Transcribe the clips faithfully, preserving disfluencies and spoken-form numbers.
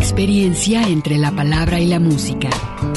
experiencia entre la palabra y la música.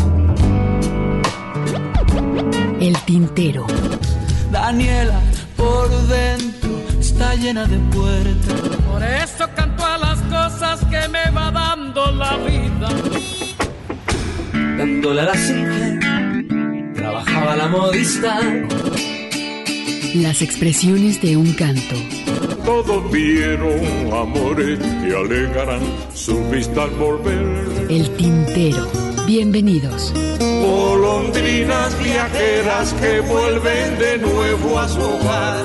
El Tintero. Daniela, por dentro está llena de puertas. Por eso canto a las cosas que me va dando la vida. Dándole a la Singer, trabajaba la modista. Las expresiones de un canto. Todos vieron amores que alegarán su vista al volver. El Tintero. Bienvenidos. Golondrinas viajeras que vuelven de nuevo a su hogar.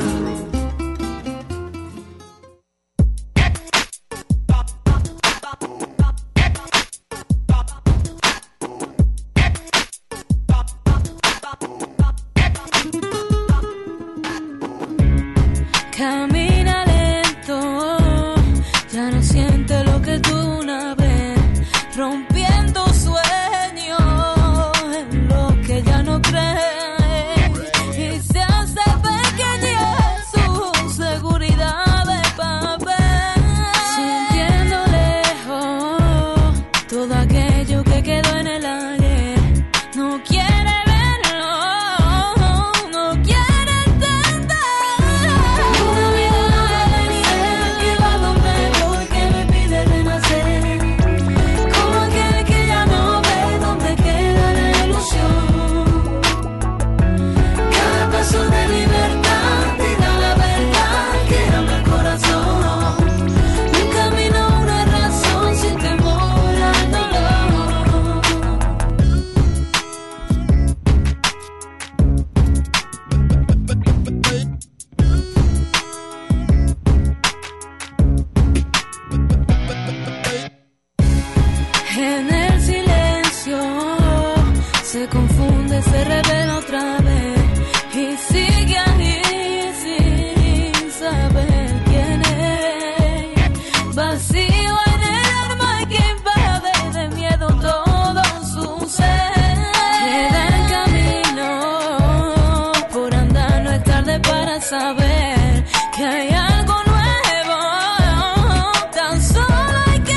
Camina lento, ya no siente lo que tú una vez, rompiendo sueños en lo que ya no cree, y se hace pequeña su seguridad de papel, sintiendo lejos todo aquello que quedó en el ayer, no quiere se revela otra vez y sigue ahí sin saber quién es. Vacío en el alma que invade de miedo todo su ser. Queda en camino, por andar no es tarde para saber que hay algo nuevo. Tan solo hay que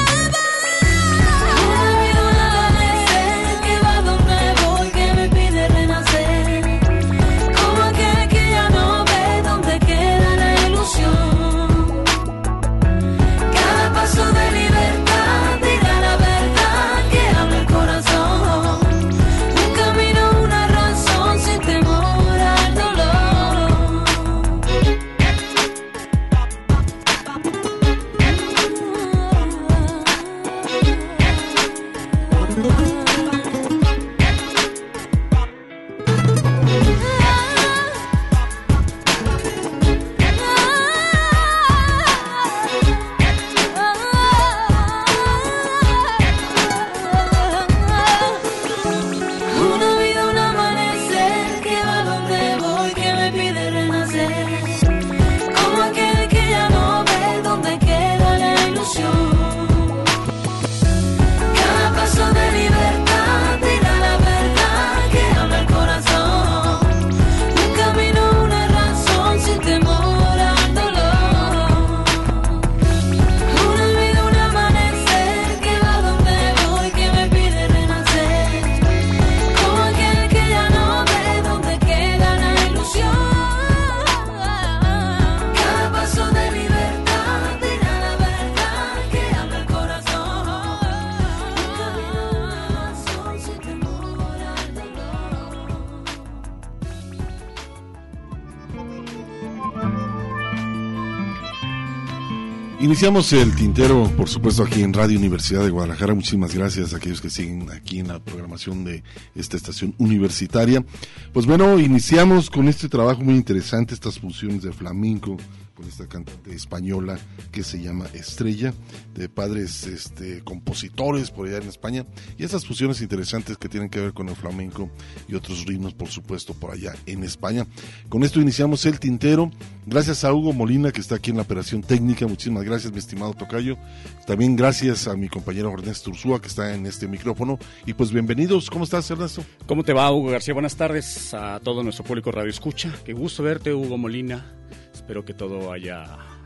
Iniciamos el Tintero, por supuesto, aquí en Radio Universidad de Guadalajara. Muchísimas gracias a aquellos que siguen aquí en la programación de esta estación universitaria. Pues bueno, iniciamos con este trabajo muy interesante, estas fusiones de flamenco, con esta cantante española que se llama Estrella, de padres este, compositores por allá en España, y esas fusiones interesantes que tienen que ver con el flamenco y otros ritmos, por supuesto, por allá en España. Con esto iniciamos el Tintero. Gracias a Hugo Molina, que está aquí en la operación técnica. Muchísimas gracias, mi estimado tocayo. También gracias a mi compañero Ernesto Ursúa, que está en este micrófono. Y pues bienvenidos. ¿Cómo estás, Ernesto? ¿Cómo te va, Hugo García? Buenas tardes a todo nuestro público Radio Escucha. Qué gusto verte, Hugo Molina. Espero que todo haya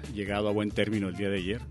llegado a buen término el día de ayer.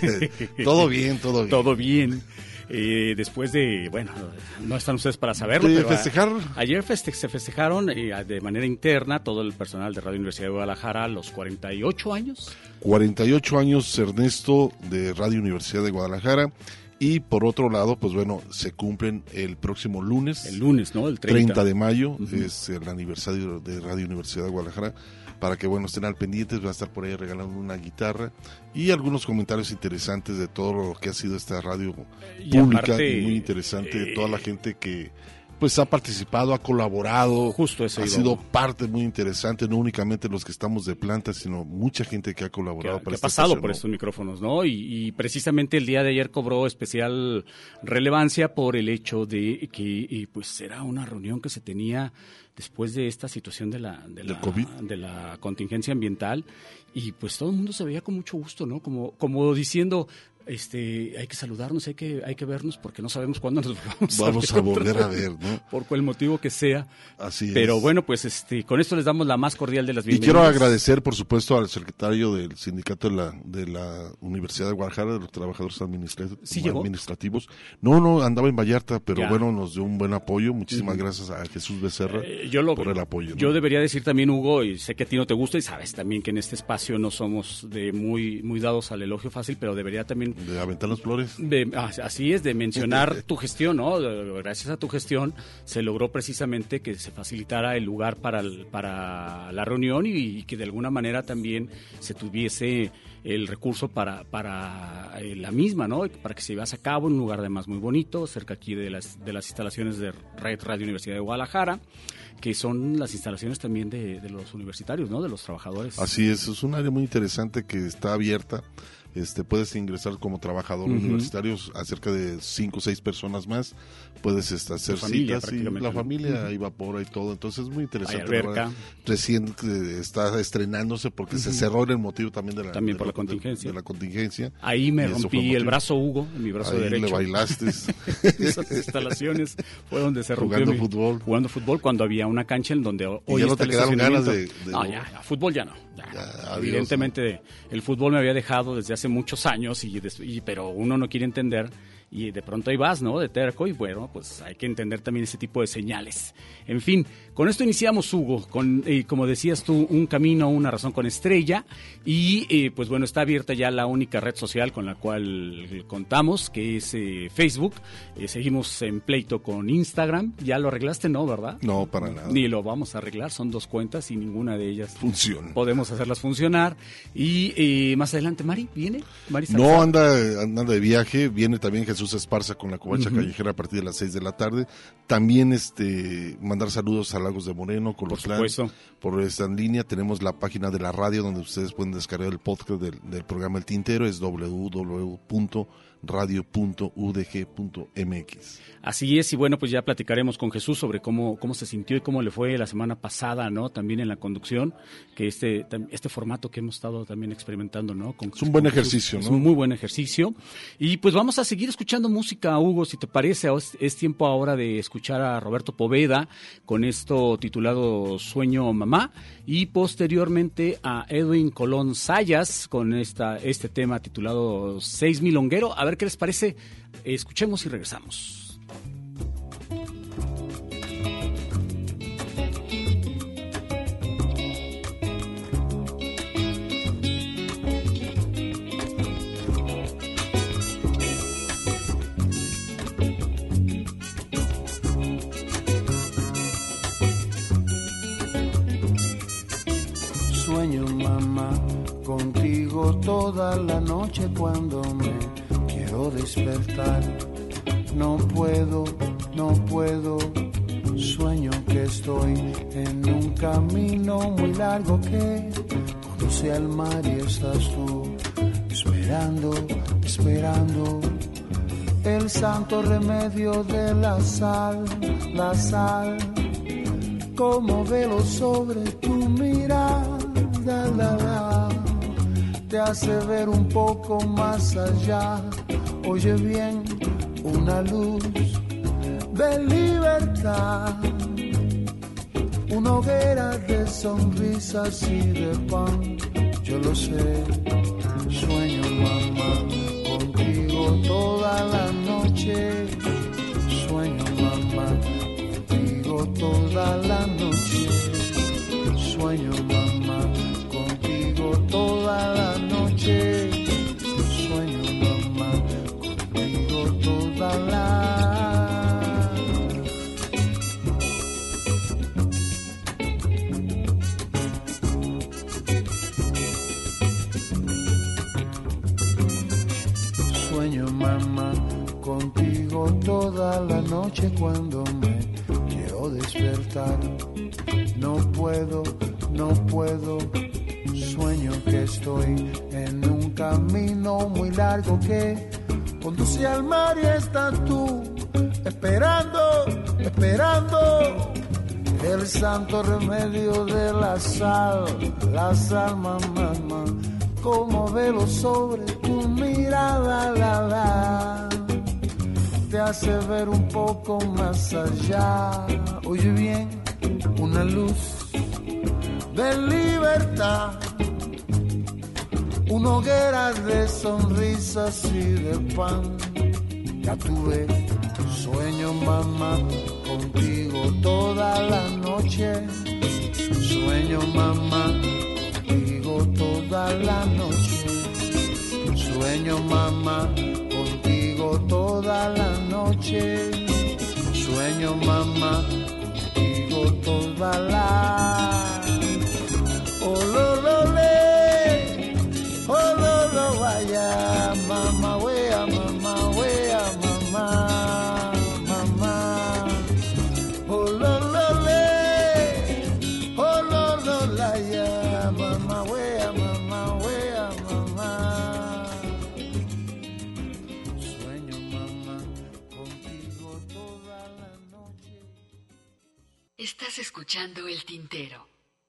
Todo bien, todo bien. Todo bien. Eh, después de, bueno, no están ustedes para saberlo, ¿De pero festejar? A, ayer feste se festejaron eh, de manera interna todo el personal de Radio Universidad de Guadalajara los cuarenta y ocho años. cuarenta y ocho años, Ernesto, de Radio Universidad de Guadalajara. Y por otro lado, pues bueno, se cumplen el próximo lunes. El lunes, ¿no? El treinta. treinta de mayo, Uh-huh. es el aniversario de Radio Universidad de Guadalajara. Para que, bueno, estén al pendiente, va a estar por ahí regalando una guitarra y algunos comentarios interesantes de todo lo que ha sido esta radio Y pública, aparte, y muy interesante, eh, toda la gente que pues ha participado, ha colaborado, Justo eso ha iba. sido parte muy interesante, no únicamente los que estamos de planta, sino mucha gente que ha que, colaborado que para ha esta pasado estación, por ¿no? estos micrófonos, ¿no? Y, y precisamente el día de ayer cobró especial relevancia por el hecho de que y pues era una reunión que se tenía después de esta situación de la de ¿Del la, COVID? de la contingencia ambiental y pues todo el mundo se veía con mucho gusto, ¿no? Como como diciendo este hay que saludarnos, hay que hay que vernos porque no sabemos cuándo nos vamos, Vamos a, a ver volver otra a vez, ver, ¿no? por cual motivo que sea. Así Pero es. bueno, pues este con esto les damos la más cordial de las Y bienvenidas. quiero agradecer, por supuesto, al secretario del sindicato de la, de la Universidad de Guadalajara, de los trabajadores administra- ¿Sí llegó? administrativos. No, no, andaba en Vallarta, pero Ya. bueno, nos dio un buen apoyo. Muchísimas Ujú. gracias a Jesús Becerra Eh, yo lo, por el apoyo, ¿no? Yo debería decir también, Hugo, y sé que a ti no te gusta, y sabes también que en este espacio no somos de muy, muy dados al elogio fácil, pero debería también... De aventar las flores. De, ah, así es, de mencionar tu gestión, ¿no? De- Gracias a tu gestión se logró precisamente que se facilitara el lugar para, el- para la reunión y, y que de alguna manera también se tuviese el recurso para, para eh, la misma, ¿no? Para que se llevase a cabo en un lugar además muy bonito, cerca aquí de las, de las instalaciones de Red Radio Universidad de Guadalajara, que son las instalaciones también de, de los universitarios, ¿no? De los trabajadores. Así es, es un área muy interesante que está abierta. Este, puedes ingresar como trabajador Ujú. universitario a cerca de cinco o seis personas más. Puedes este, hacer familia, citas y prácticamente, la ¿no? familia Ujú. evapora y todo. Entonces es muy interesante. Hay alberca. ¿Verdad? Recién eh, está estrenándose porque se cerró en el motivo también de la, También de por la, la contingencia. De, de la contingencia. Ahí me Y eso fue rompí el motivo. brazo, Hugo, en mi brazo Ahí derecho. le bailaste. Esas instalaciones fue donde se rompió Jugando mi- fútbol. Jugando fútbol cuando había una cancha en donde ho- ¿Y hoy ya no está te el quedaron ganas estacionamiento. de- de- No, ya, ya, fútbol ya no. ya. Ya, adiós, Evidentemente el fútbol me había dejado desde hace muchos años y, des- y- pero uno no quiere entender y de pronto ahí vas, ¿no? De terco y bueno, pues hay que entender también ese tipo de señales. En fin, con esto iniciamos, Hugo, con, eh, como decías tú, un camino, una razón con estrella y eh, pues bueno, está abierta ya la única red social con la cual contamos, que es eh, Facebook. Eh, seguimos en pleito con Instagram. ¿Ya lo arreglaste? No, ¿verdad? No, para nada. Ni lo vamos a arreglar, son dos cuentas y ninguna de ellas Funciona. podemos hacerlas funcionar. Y eh, más adelante, Mari, ¿viene? Mari No, Salazar. anda, anda de viaje, viene también Jesús Esparza con la covacha Ujú. callejera a partir de las seis de la tarde. También este mandar saludos a Lagos de Moreno, Colotlán. supuesto. Por esta línea tenemos la página de la radio donde ustedes pueden descargar el podcast del, del programa El Tintero, es doble u doble u doble u punto radio punto u d g punto m x. Así es, y bueno, pues ya platicaremos con Jesús sobre cómo, cómo se sintió y cómo le fue la semana pasada, ¿no? También en la conducción, que este, tam- este formato que hemos estado también experimentando, ¿no? Con, Es un buen con Jesús. ejercicio, Es ¿no? un muy buen ejercicio. Y pues vamos a seguir escuchando música, Hugo, si te parece. Es, es tiempo ahora de escuchar a Roberto Poveda con esto titulado Sueño Mamá y posteriormente a Edwin Colón Sayas con esta, este tema titulado Seis Milonguero. A ver qué les parece. Escuchemos y regresamos. Sueño, mamá, contigo toda la noche cuando me quiero despertar. No puedo, no puedo, sueño que estoy en un camino muy largo que conduce al mar y estás tú esperando, esperando. El santo remedio de la sal, la sal, como velo sobre tu mirada, la, la, te hace ver un poco más allá. Oye bien, una luz de libertad, una hoguera de sonrisas y de pan. Yo lo sé, Sueño mamá contigo toda la noche. Sueño mamá contigo toda la noche. Sueño mamá contigo toda la noche. Sueño mamá contigo toda la Sueño mamá contigo toda la noche cuando me quiero despertar. No puedo, no puedo. Sueño que estoy en un camino muy largo que conduce al mar y estás tú esperando, esperando el santo remedio de la sal, la sal, mamá, mamá, como velo sobre tu mirada, la, la, te hace ver un poco más allá. Oye bien, una luz de libertad, una hoguera de sonrisas y de pan. Ya tuve sueño, mamá, contigo toda la noche. Sueño, mamá, contigo toda la noche. Sueño, mamá, contigo toda la noche. Sueño, mamá, contigo toda la. Oh, lo, lo, le. Oh, lo, lo, vaya, mamá, wea, mamá, wea, mamá, mamá. Oh, lo, lo, le. Oh, lo, lo, la, ya, mamá, wea, mamá, wea, mamá. Sueño, mamá, contigo toda la noche. Estás escuchando El Tintero.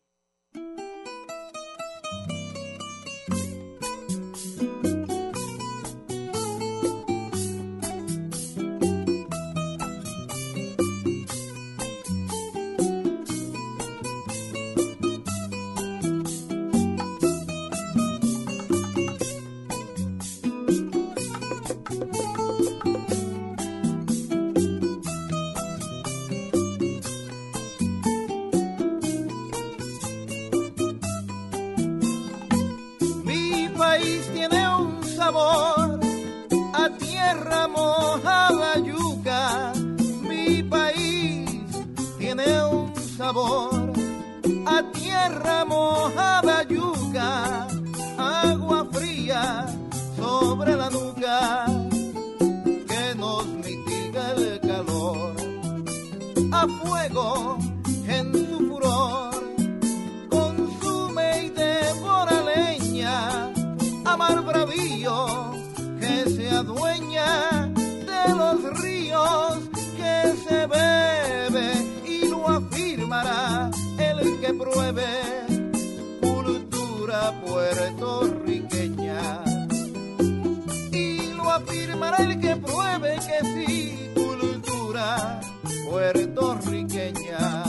A tierra mojada yuca, mi país tiene un sabor. A tierra mojada yuca, agua fría sobre la nuca, que nos mitiga el calor. A fuego en su furor, consume y devora leña, amar bravío que se adueña de los ríos que se bebe, y lo afirmará el que pruebe cultura puertorriqueña. Y lo afirmará el que pruebe que sí, cultura puertorriqueña.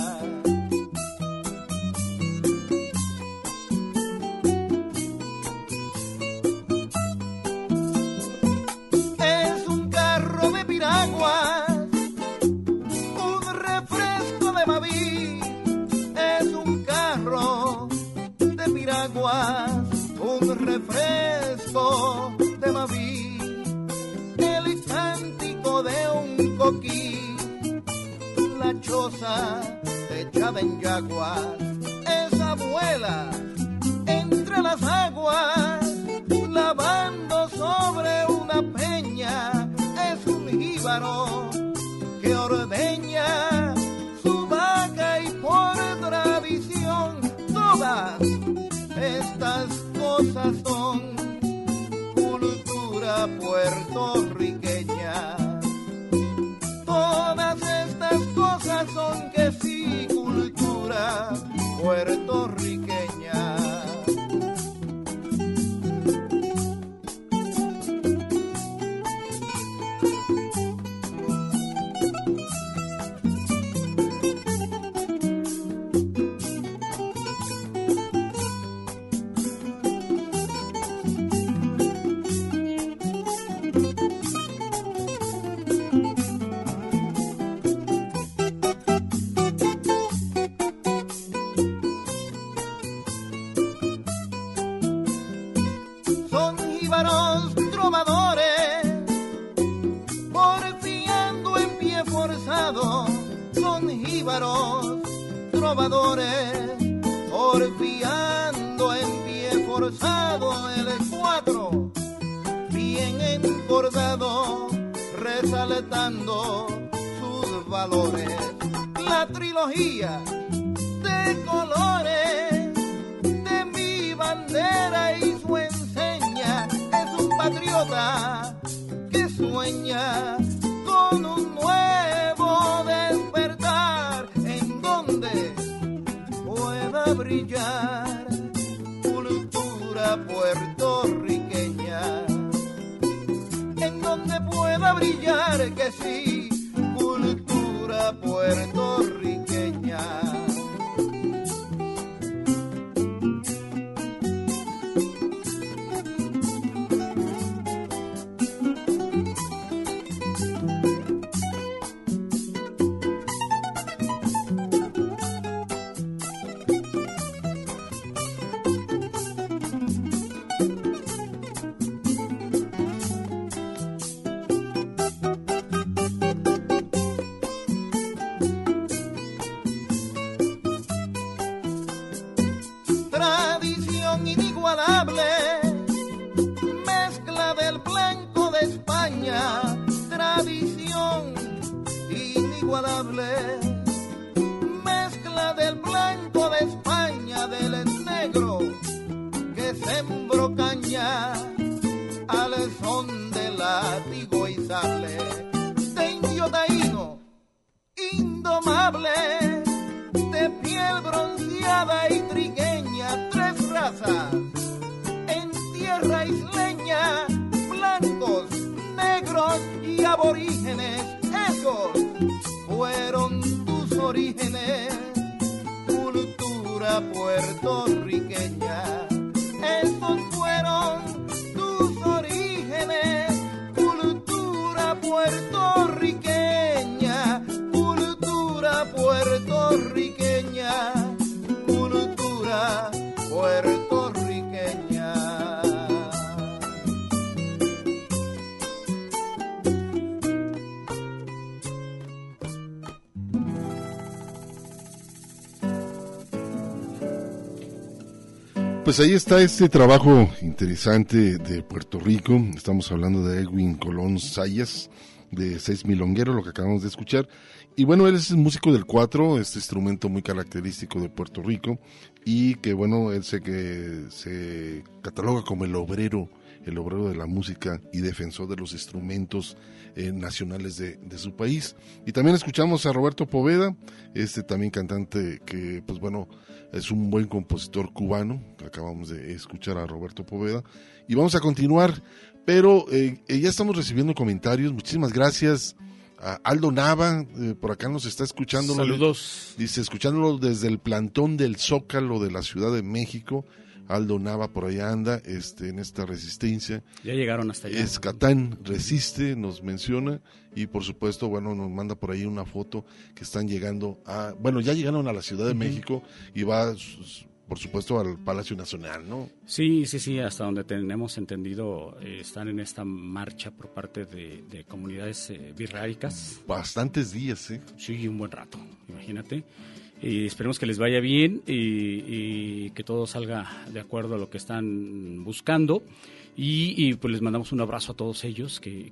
Un refresco de Maví, es un carro de piraguas, un refresco de Maví, el cántico de un coquí, la choza techada en yaguas, esa abuela entre las aguas, lavando sobre una peña, es un jíbaro que ordeña su vaca, y por tradición todas estas cosas son cultura puertorriqueña. Todas estas cosas son que sí, cultura jíbaros trovadores, porfiando en pie forzado, son jíbaros trovadores, porfiando en pie forzado, el cuatro bien encordado, resaltando sus valores. La trilogía de colores de mi bandera y su enseña es un patriota que sueña con un nuevo despertar en donde pueda brillar cultura puertorriqueña, en donde pueda brillar, que sí, cultura puertorriqueña. Tradición inigualable, mezcla del blanco de España, tradición inigualable, mezcla del blanco de España, del negro que sembró caña al son de látigo y sable, de indio taíno indomable, de piel bronceada y trigueña, tres razas en tierra isleña, blancos, negros y aborígenes, esos fueron tus orígenes, cultura puertorriqueña, esos fueron tus orígenes, cultura puertorriqueña, cultura puertorriqueña, cultura puertorriqueña. Pues ahí está este trabajo interesante de Puerto Rico. Estamos hablando de Edwin Colón Zayas, de Seis Milonguero, lo que acabamos de escuchar. Y bueno, él es el músico del cuatro, este instrumento muy característico de Puerto Rico, y que bueno, él se, que, se cataloga como el obrero, el obrero de la música y defensor de los instrumentos eh, nacionales de, de su país. Y también escuchamos a Roberto Poveda, este también cantante que pues bueno, es un buen compositor cubano. Acabamos de escuchar a Roberto Poveda y vamos a continuar, pero eh, eh, ya estamos recibiendo comentarios. Muchísimas gracias a Aldo Nava, eh, por acá nos está escuchando. Saludos. Dice, escuchándolo desde el plantón del Zócalo de la Ciudad de México. Aldo Nava por allá anda, este, en esta resistencia. Ya llegaron hasta allá. Escatán resiste, nos menciona, y por supuesto, bueno, nos manda por ahí una foto que están llegando a, bueno, ya llegaron a la Ciudad de uh-huh. México y va, por supuesto, al Palacio Nacional, ¿no? Sí, sí, sí, hasta donde tenemos entendido, eh, están en esta marcha por parte de, de comunidades eh, birráricas. Bastantes días, ¿eh? Sí, un buen rato, imagínate. Y esperemos que les vaya bien y, y que todo salga de acuerdo a lo que están buscando. Y, y pues les mandamos un abrazo a todos ellos que,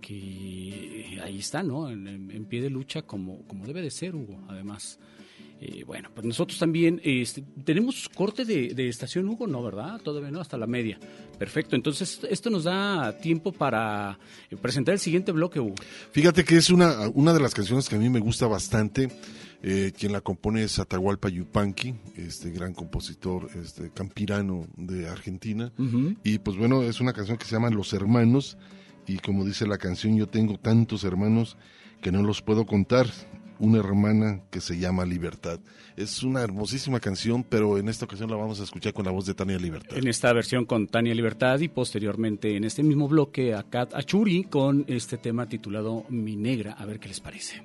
que ahí están, ¿no? En, en, en pie de lucha como, como debe de ser, Hugo, además. Eh, bueno, pues nosotros también este, tenemos corte de, de estación, Hugo, ¿no? ¿Verdad? Todavía no, hasta la media. Perfecto, entonces esto nos da tiempo para presentar el siguiente bloque, Hugo. Fíjate que es una, una de las canciones que a mí me gusta bastante. Eh, quien la compone es Atahualpa Yupanqui, este gran compositor este campirano de Argentina. Uh-huh. Y pues bueno, es una canción que se llama Los Hermanos, y como dice la canción, yo tengo tantos hermanos que no los puedo contar, una hermana que se llama Libertad. Es una hermosísima canción, pero en esta ocasión la vamos a escuchar con la voz de Tania Libertad. En esta versión con Tania Libertad, y posteriormente en este mismo bloque a Kat Achuri con este tema titulado Mi Negra. A ver qué les parece.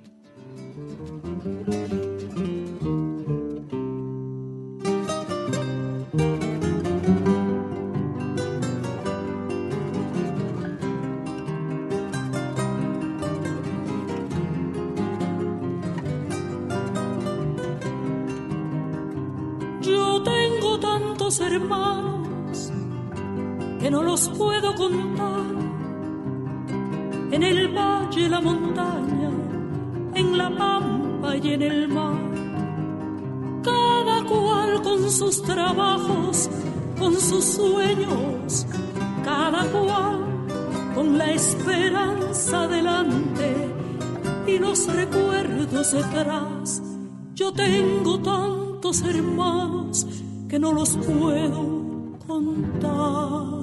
tantos hermanos que no los puedo contar. En el valle, la montaña, en la pampa y en el mar. Cada cual con sus trabajos, con sus sueños, cada cual con la esperanza delante y los recuerdos detrás. Yo tengo tantos hermanos que no los puedo contar.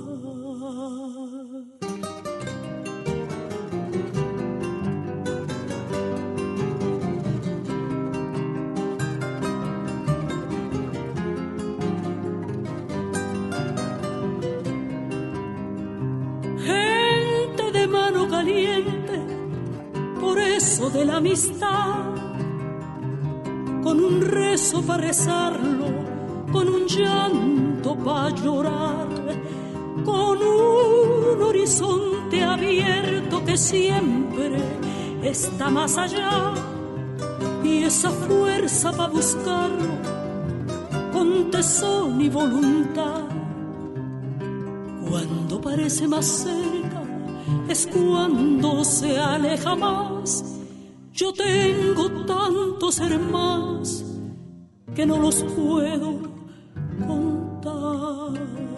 Por eso de la amistad, con un rezo para rezarlo, con un llanto para llorar, con un horizonte abierto que siempre está más allá, y esa fuerza para buscarlo con tesón y voluntad. Cuando parece más cerca es cuando se aleja más. Yo tengo tantos hermanos que no los puedo contar.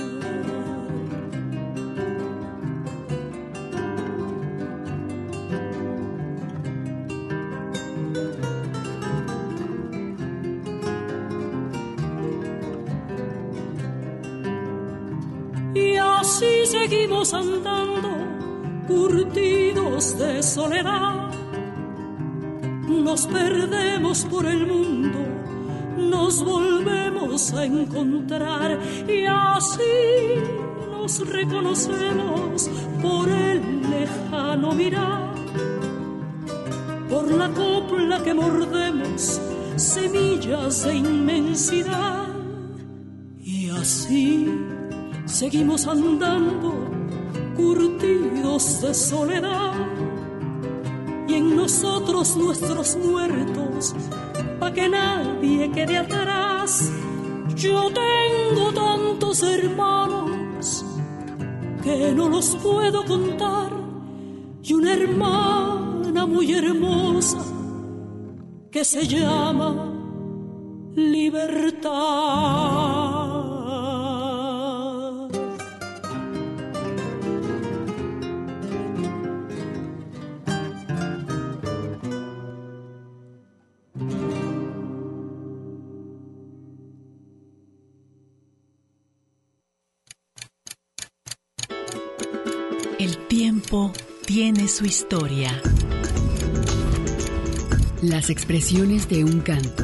Y así seguimos andando, curtidos de soledad. Nos perdemos por el mundo, nos volvemos a encontrar y así nos reconocemos por el lejano mirar, por la copla que mordemos, semillas de inmensidad. Y así seguimos andando, curtidos de soledad, y en nosotros nuestros muertos, pa' que nadie quede atrás. Yo tengo tantos hermanos que no los puedo contar, y una hermana muy hermosa que se llama Libertad. El tiempo tiene su historia. Las expresiones de un canto.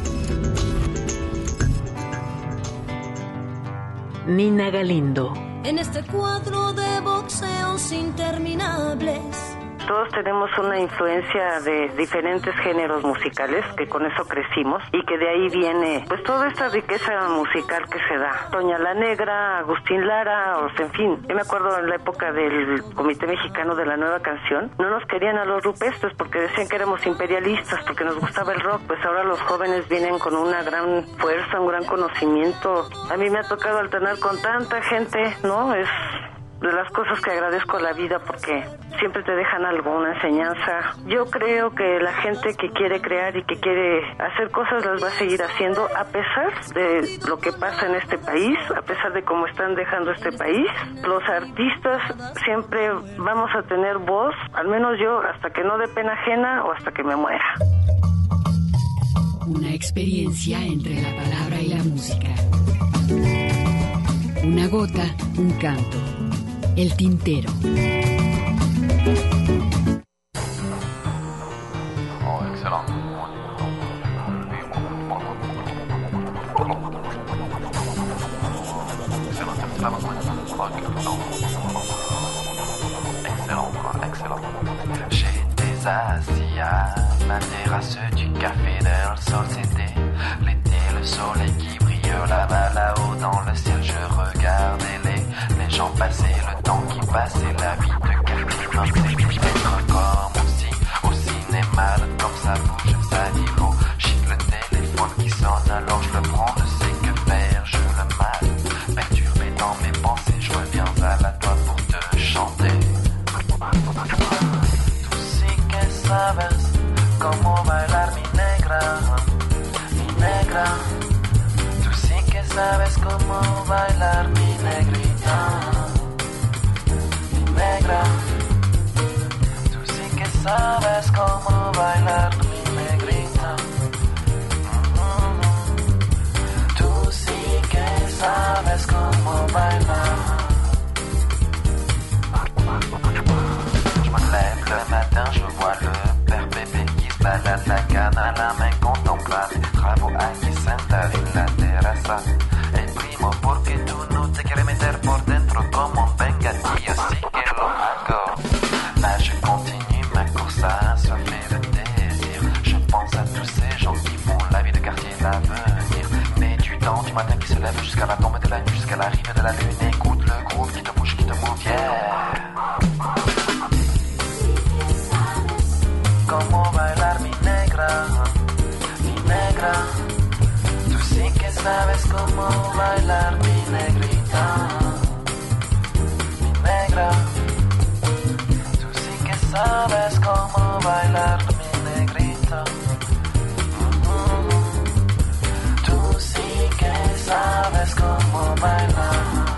Nina Galindo. En este cuadro de boxeos interminables, todos tenemos una influencia de diferentes géneros musicales, que con eso crecimos, y que de ahí viene pues toda esta riqueza musical que se da. Doña La Negra, Agustín Lara, o sea, en fin, yo me acuerdo en la época del Comité Mexicano de la Nueva Canción, no nos querían a los rupestres porque decían que éramos imperialistas, porque nos gustaba el rock. Pues ahora los jóvenes vienen con una gran fuerza, un gran conocimiento. A mí me ha tocado alternar con tanta gente, ¿no? Es de las cosas que agradezco a la vida, porque siempre te dejan algo, una enseñanza. Yo creo que la gente que quiere crear y que quiere hacer cosas las va a seguir haciendo a pesar de lo que pasa en este país, a pesar de cómo están dejando este país. Los artistas siempre vamos a tener voz, al menos yo, hasta que no dé pena ajena o hasta que me muera. Una experiencia entre la palabra y la música. Una gota, un canto. El Tintero. Oh, excellent. Excellent, excellent. J'étais assis à la terrasse du café del Sol, c'était l'été, le soleil qui brille là-bas, là-haut dans le ciel. Je regardais les, les gens passer, le temps qui passait, la vie de quartier. C'est peut-être comme aussi au cinéma, le comme ça bouge, ça niveau. Chic le téléphone qui sonne, alors je le prends, je sais que faire, je le mate. cómo bailar mi negrita, mi negra. Tú sí que sabes cómo bailar mi negrita. Mm-hmm. Tú sí que sabes cómo bailar. Je me lève le matin, je vois le père bébé qui se balade la canne à la main contemplable. Travaux aquí sentado en la terraza. El primo, porque tú no te quieres meter por dentro como un vengadillo, sí que lo hago. Là je continue ma course assoiffée de désir. Je pense à tous ces gens qui font la vie de quartier l'avenir. Mais du temps du matin qui se lève jusqu'à la tombe de la nuit, jusqu'à l'arrivée de la lune. Écoute le groove qui te bouge, qui te move, yeah. Cómo bailar mi negra, mi negra. Tú sí que sabes cómo bailar mi negrita, mi negra. Tú sí que sabes cómo bailar mi negrita. Mm-hmm. Tú sí que sabes cómo bailar.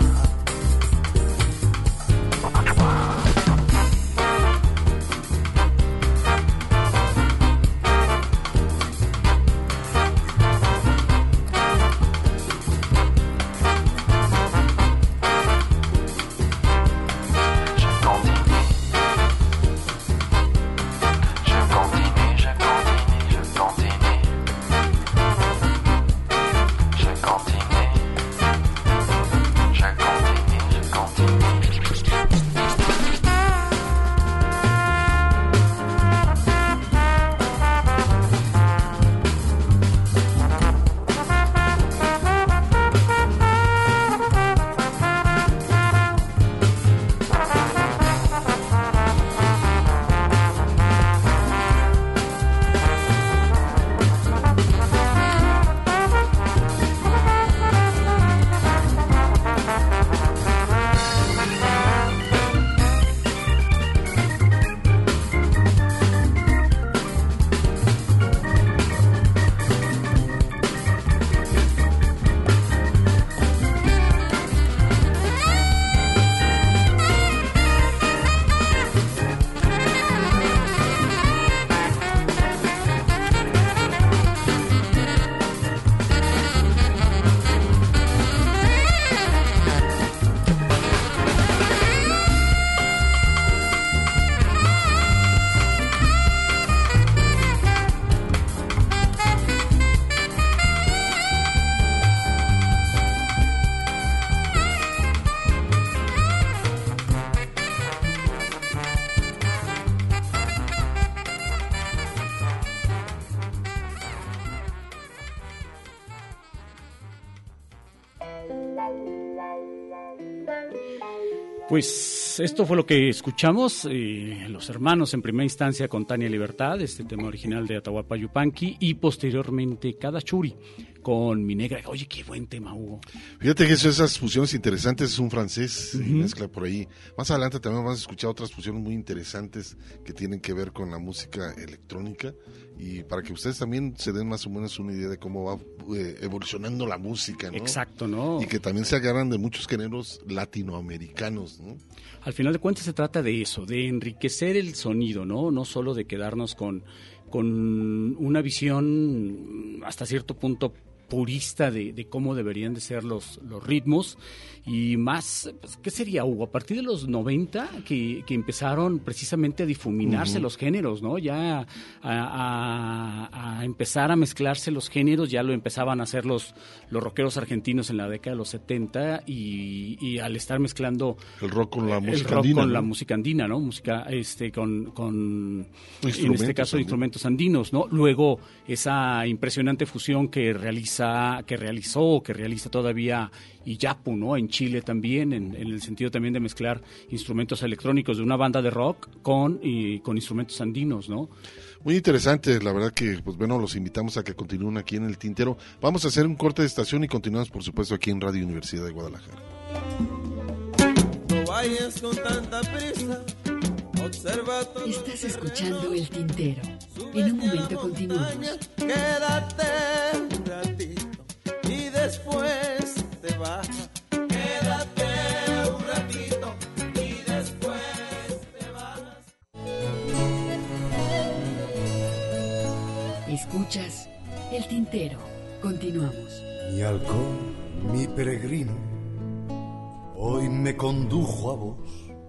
Pues esto fue lo que escuchamos, eh, los hermanos en primera instancia con Tania Libertad, este tema original de Atahualpa Yupanqui, y posteriormente Cada Churi con Mi Negra. Oye, qué buen tema, Hugo. Fíjate que eso, esas fusiones interesantes, es un francés, Uh-huh. y mezcla por ahí. Más adelante también vamos a escuchar otras fusiones muy interesantes que tienen que ver con la música electrónica, y para que ustedes también se den más o menos una idea de cómo va eh, evolucionando la música, ¿no? Exacto, ¿no? Y que también se agarran de muchos géneros latinoamericanos, ¿no? Al final de cuentas se trata de eso, de enriquecer el sonido, ¿no? No solo de quedarnos con, con una visión hasta cierto punto purista de, de cómo deberían de ser los, los ritmos, y más, pues, ¿qué sería, Hugo? A partir de los noventa que, que empezaron precisamente a difuminarse Uh-huh. los géneros, ¿no? Ya a, a, a empezar a mezclarse los géneros, ya lo empezaban a hacer los, los rockeros argentinos en la década de los setenta, y, y al estar mezclando el rock con la el música rock andina, con ¿no? la música andina, ¿no? Música este con, con en Instrumentos este caso también. instrumentos andinos, ¿no? Luego esa impresionante fusión que realiza que realizó, que realiza todavía Iyapu, ¿no? En Chile también, en, en el sentido también de mezclar instrumentos electrónicos de una banda de rock con y con instrumentos andinos, ¿no? Muy interesante, la verdad que, pues bueno, los invitamos a que continúen aquí en El Tintero. Vamos a hacer un corte de estación y continuamos, por supuesto, aquí en Radio Universidad de Guadalajara. No vayas con tanta prisa, observa todo. Estás escuchando El Tintero. En un momento continuamos. Quédate un ratito y después te vas. Quédate un ratito y después te vas. Escuchas El Tintero. Continuamos. Mi halcón, mi peregrino, hoy me condujo a vos.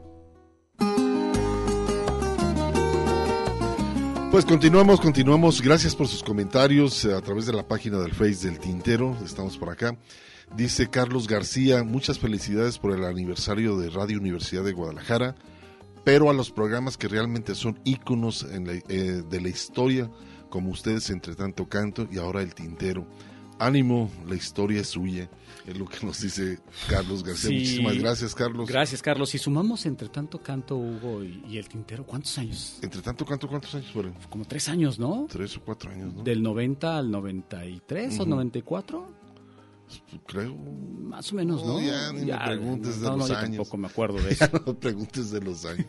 Pues continuamos, continuamos. Gracias por sus comentarios a través de la página del Face del Tintero. Estamos por acá. Dice Carlos García, muchas felicidades por el aniversario de Radio Universidad de Guadalajara, pero a los programas que realmente son íconos en la, eh, de la historia, como ustedes, Entre Tanto Canto y ahora El Tintero. Ánimo, la historia es suya, es lo que nos dice Carlos García. Sí, muchísimas gracias, Carlos. Gracias, Carlos. Si sumamos Entre Tanto Canto, Hugo, y, y El Tintero, ¿cuántos años? Entre Tanto Canto, ¿cuántos años fueron? Como tres años, ¿no? Tres o cuatro años, ¿no? Del noventa al noventa y tres, uh-huh. ¿O noventa y cuatro? Creo. Más o menos, ¿no? No, ya ni ya, me preguntes de no, los no, años. Tampoco me acuerdo de eso. Ya no me preguntes de los años.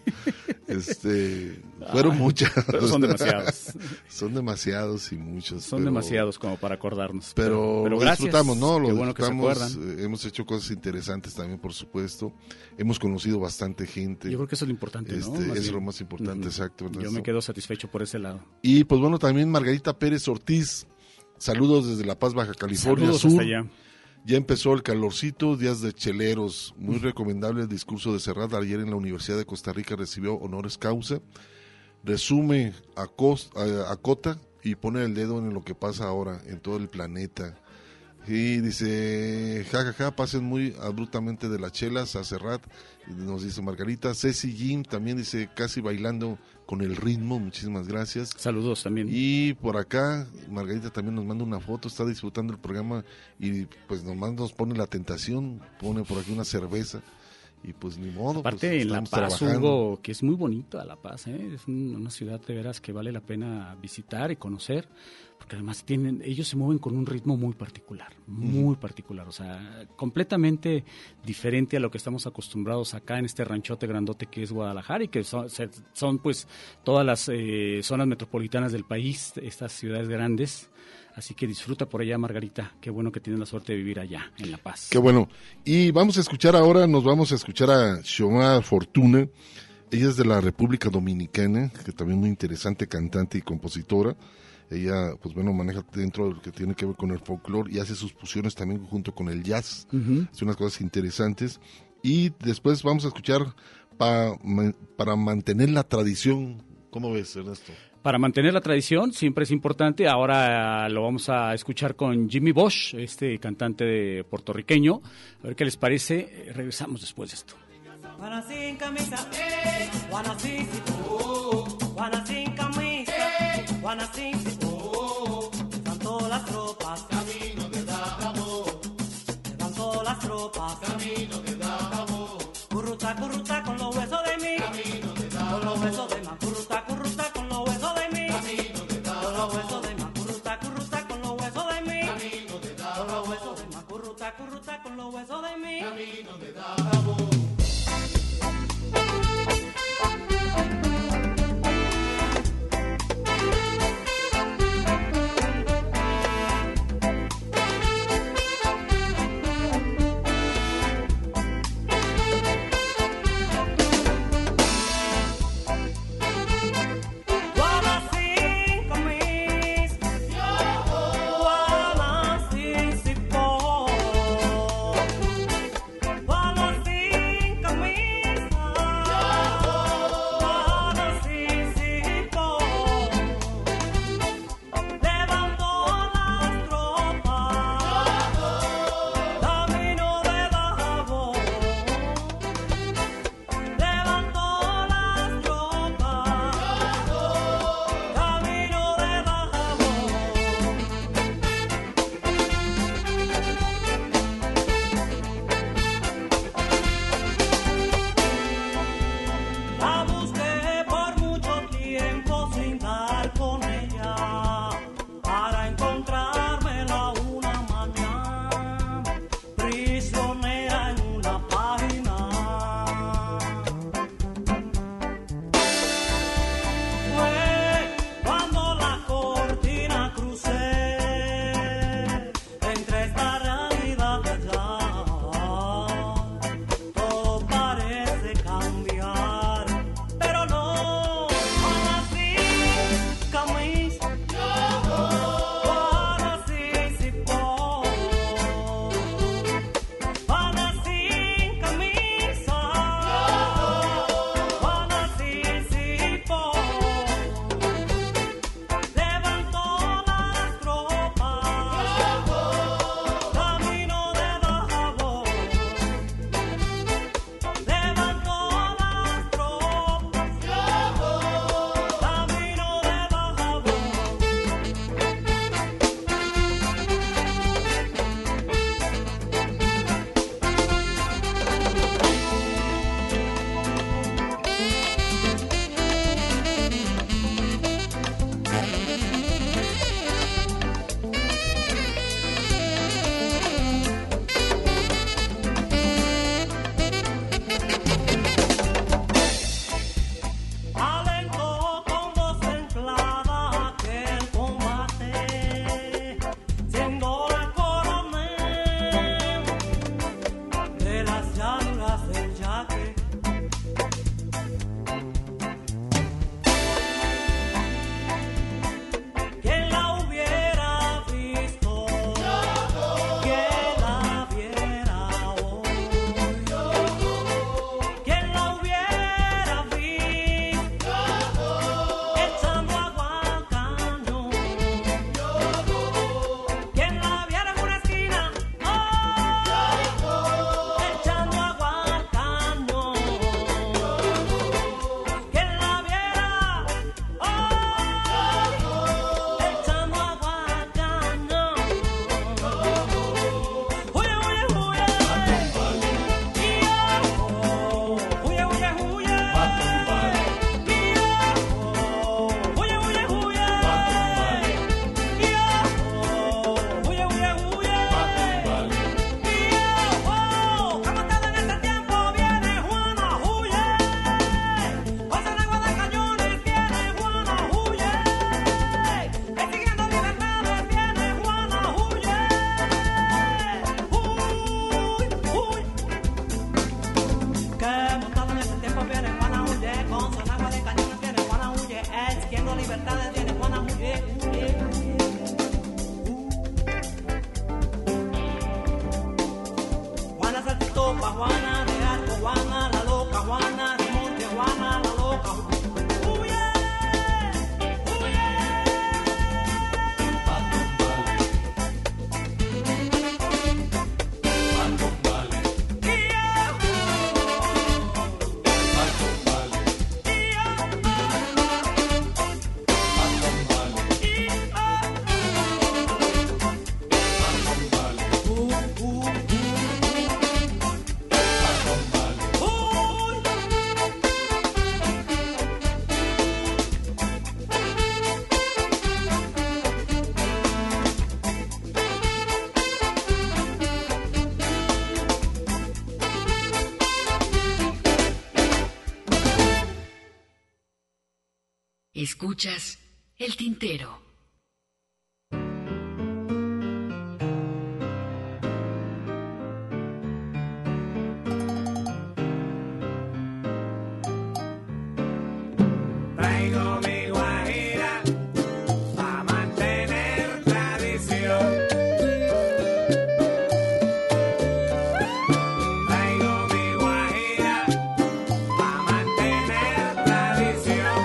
Este, fueron Ay, muchas. Pero son demasiados. Son demasiados y muchos. Son pero, demasiados como para acordarnos. Pero, pero, pero lo gracias. disfrutamos, ¿no? Lo Qué bueno disfrutamos. Que se acuerdan. Eh, hemos hecho cosas interesantes también, por supuesto. Hemos conocido bastante gente. Yo creo que eso es lo importante, este, ¿no? Más es bien. Lo más importante, uh-huh. Exacto. Yo me quedo satisfecho por ese lado. Y pues bueno, también Margarita Pérez Ortiz. Saludos desde La Paz, Baja California Saludos Sur. Hasta allá. Ya empezó el calorcito, días de cheleros. Muy recomendable el discurso de Serrat. Ayer en la Universidad de Costa Rica recibió honoris causa. Resume, acosta, acota y pone el dedo en lo que pasa ahora en todo el planeta. Y dice, jajaja, ja, ja, pasen muy abruptamente de las chelas a Serrat. Nos dice Margarita. Ceci Jim también dice, casi bailando con el ritmo. Muchísimas gracias. Saludos también. Y por acá, Margarita también nos manda una foto, está disfrutando el programa y pues nomás nos pone la tentación, pone por aquí una cerveza. Y pues ni modo. Aparte pues, en La Paz, Hugo, que es muy bonita La Paz, ¿eh? Es un, una ciudad de veras que vale la pena visitar y conocer, porque además tienen, ellos se mueven con un ritmo muy particular, muy uh-huh. particular, o sea, completamente diferente a lo que estamos acostumbrados acá en este ranchote grandote que es Guadalajara y que son, son pues todas las eh, zonas metropolitanas del país, estas ciudades grandes. Así que disfruta por allá, Margarita. Qué bueno que tienes la suerte de vivir allá, en La Paz. Qué bueno. Y vamos a escuchar ahora, nos vamos a escuchar a Xiomara Fortuna. Ella es de la República Dominicana, que también muy interesante cantante y compositora. Ella, pues bueno, maneja dentro de lo que tiene que ver con el folclore y hace sus fusiones también junto con el jazz. Uh-huh. Hace unas cosas interesantes. Y después vamos a escuchar pa, ma, para mantener la tradición. ¿Cómo ves, Ernesto? Para mantener la tradición siempre es importante. Ahora lo vamos a escuchar con Jimmy Bosch, este cantante de puertorriqueño. A ver qué les parece. Regresamos después de esto. Juana sin camisa, eh. Juana sin oh. Juana sin camisa, eh. Juana sin oh. Levantó las tropas, camino de Dajabó. Levantó las tropas, camino de Dajabó. Curruta, curruta con los huesos de mí, camino de Dajabó. Con los huesos de más, curruta, curruta con los huesos de mí, camino de Dajabó. Con los huesos de más, curruta, curruta con los huesos de mí, camino de Dajabó. Con los huesos de más, curruta, curruta con los huesos de mí, camino de Dajabó. libertades tiene Juana, muy bien, muy bien, muy bien. Uh. Juana Salchitopa, Juana de Arco, Juana la loca, Juana de Monte, Juana la loca. Muy bien, muy bien. Escuchas El Tintero. Traigo mi guajira pa' mantener tradición. Traigo mi guajira pa' mantener tradición.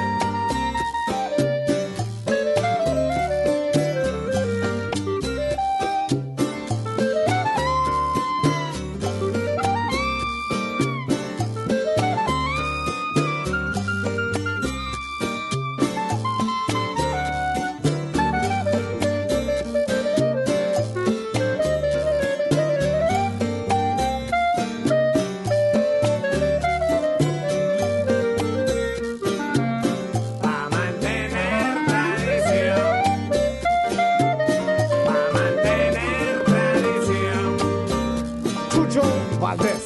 Pa' mantener tradición. Pa' mantener tradición. Chucho Valdés.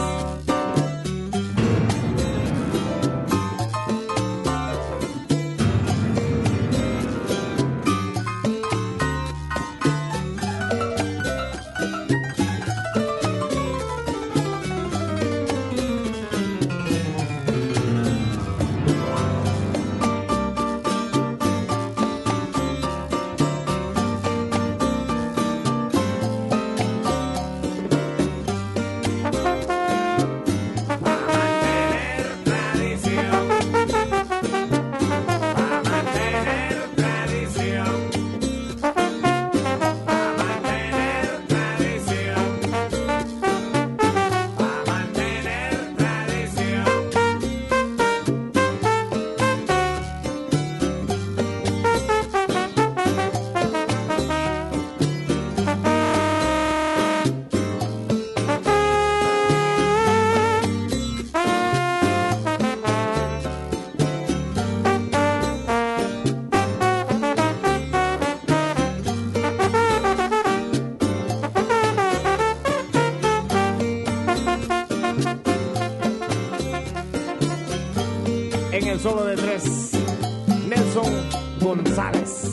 En el solo de tres, Nelson González.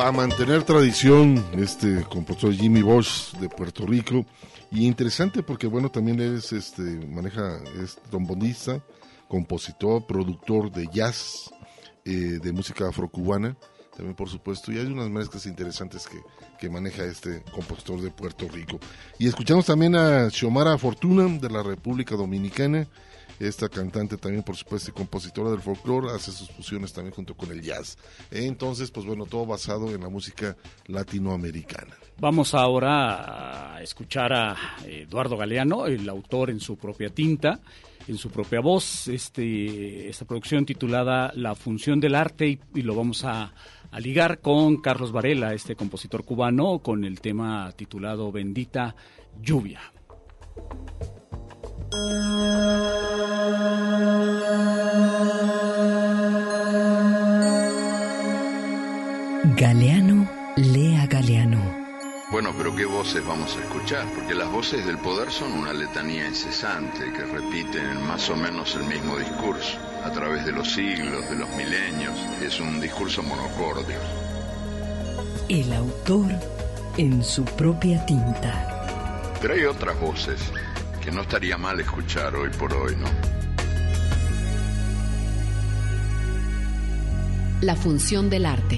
para mantener tradición, este compositor Jimmy Bosch de Puerto Rico, y interesante porque bueno, también es este maneja es trombonista, compositor, productor de jazz, eh, de música afrocubana, también por supuesto, y hay unas mezclas interesantes que, que maneja este compositor de Puerto Rico. Y escuchamos también a Xiomara Fortuna de la República Dominicana. Esta cantante también, por supuesto, y compositora del folclore, hace sus fusiones también junto con el jazz. Entonces, pues bueno, todo basado en la música latinoamericana. Vamos ahora a escuchar a Eduardo Galeano, el autor en su propia tinta, en su propia voz, este, esta producción titulada La función del arte, y, y lo vamos a, a ligar con Carlos Varela, este compositor cubano, con el tema titulado Bendita Lluvia. Galeano lee a Galeano. Bueno, pero ¿qué voces vamos a escuchar? Porque las voces del poder son una letanía incesante que repiten más o menos el mismo discurso a través de los siglos, de los milenios. Es un discurso monocorde. El autor en su propia tinta. Pero hay otras voces que no estaría mal escuchar hoy por hoy, ¿no? La función del arte.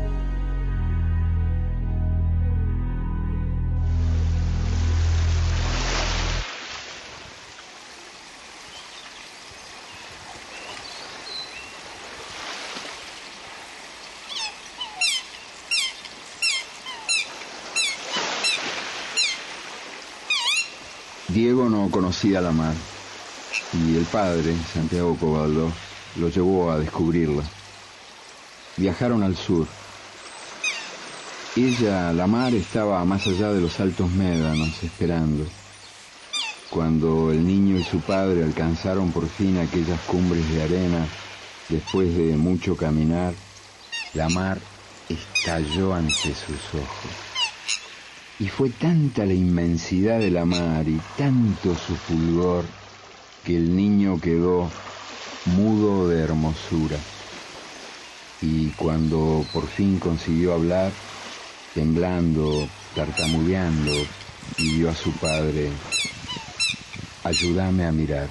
Diego no conocía la mar y el padre, Santiago Cobaldó, lo llevó a descubrirla. Viajaron al sur. Ella, la mar, estaba más allá de los altos médanos esperando. Cuando el niño y su padre alcanzaron por fin aquellas cumbres de arena, después de mucho caminar, la mar estalló ante sus ojos. Y fue tanta la inmensidad de la mar y tanto su fulgor que el niño quedó mudo de hermosura. Y cuando por fin consiguió hablar, temblando, tartamudeando, pidió a su padre: ayúdame a mirar.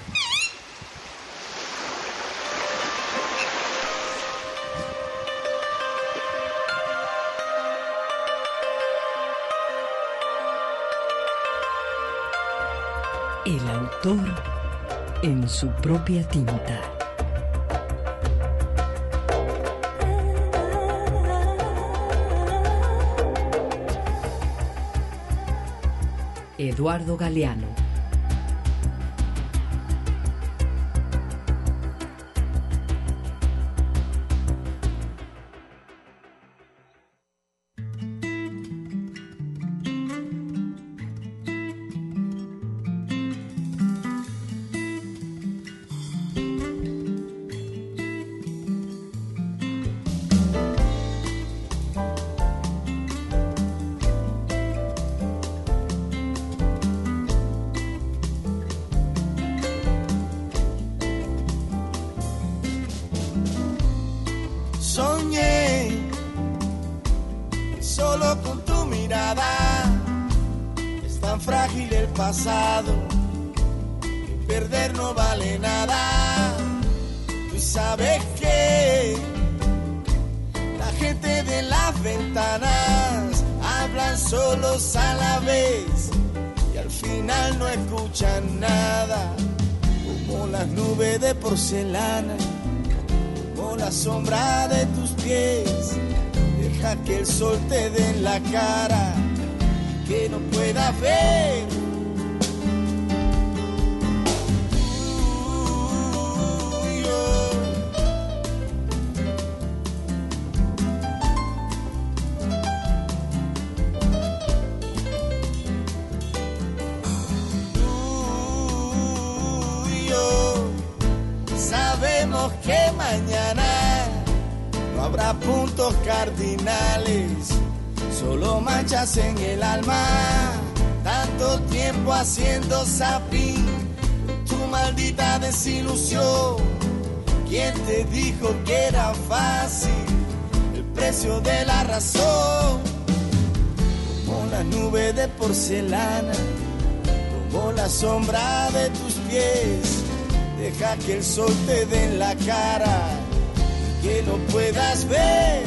El autor en su propia tinta. Eduardo Galeano. Pasado, que perder no vale nada. Tú sabes que la gente de las ventanas hablan solos a la vez y al final no escuchan nada. Como las nubes de porcelana, como la sombra de tus pies. Deja que el sol te dé en la cara y que no puedas ver. Que mañana no habrá puntos cardinales, solo manchas en el alma. Tanto tiempo haciendo zapping, tu maldita desilusión. ¿Quién te dijo que era fácil el precio de la razón. Como la nube de porcelana, como la sombra de tus pies, deja que el sol te dé en la cara y que no puedas ver.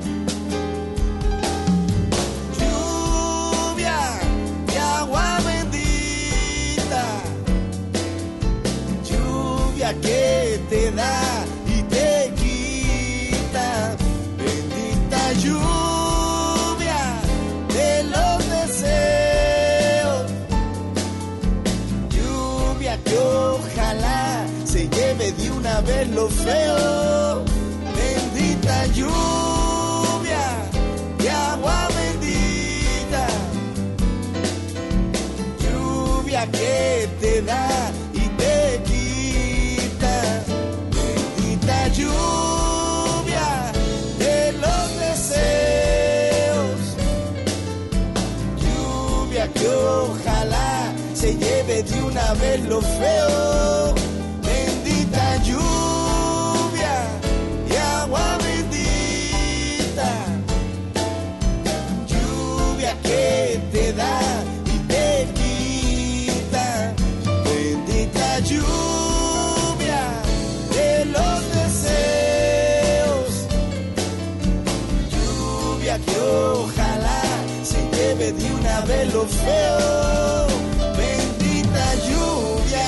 Lluvia de agua bendita, lluvia que te da y te quita, bendita lluvia de los deseos, lluvia que ojalá se lleve de una vez lo feo, bendita lluvia de agua bendita, lluvia que te da y te quita, bendita lluvia de los deseos, lluvia que ojalá se lleve de una vez lo feo, bendita lluvia y agua bendita, lluvia que te da y te quita, bendita lluvia de los deseos, lluvia que ojalá se lleve de una vez lo feo, bendita lluvia.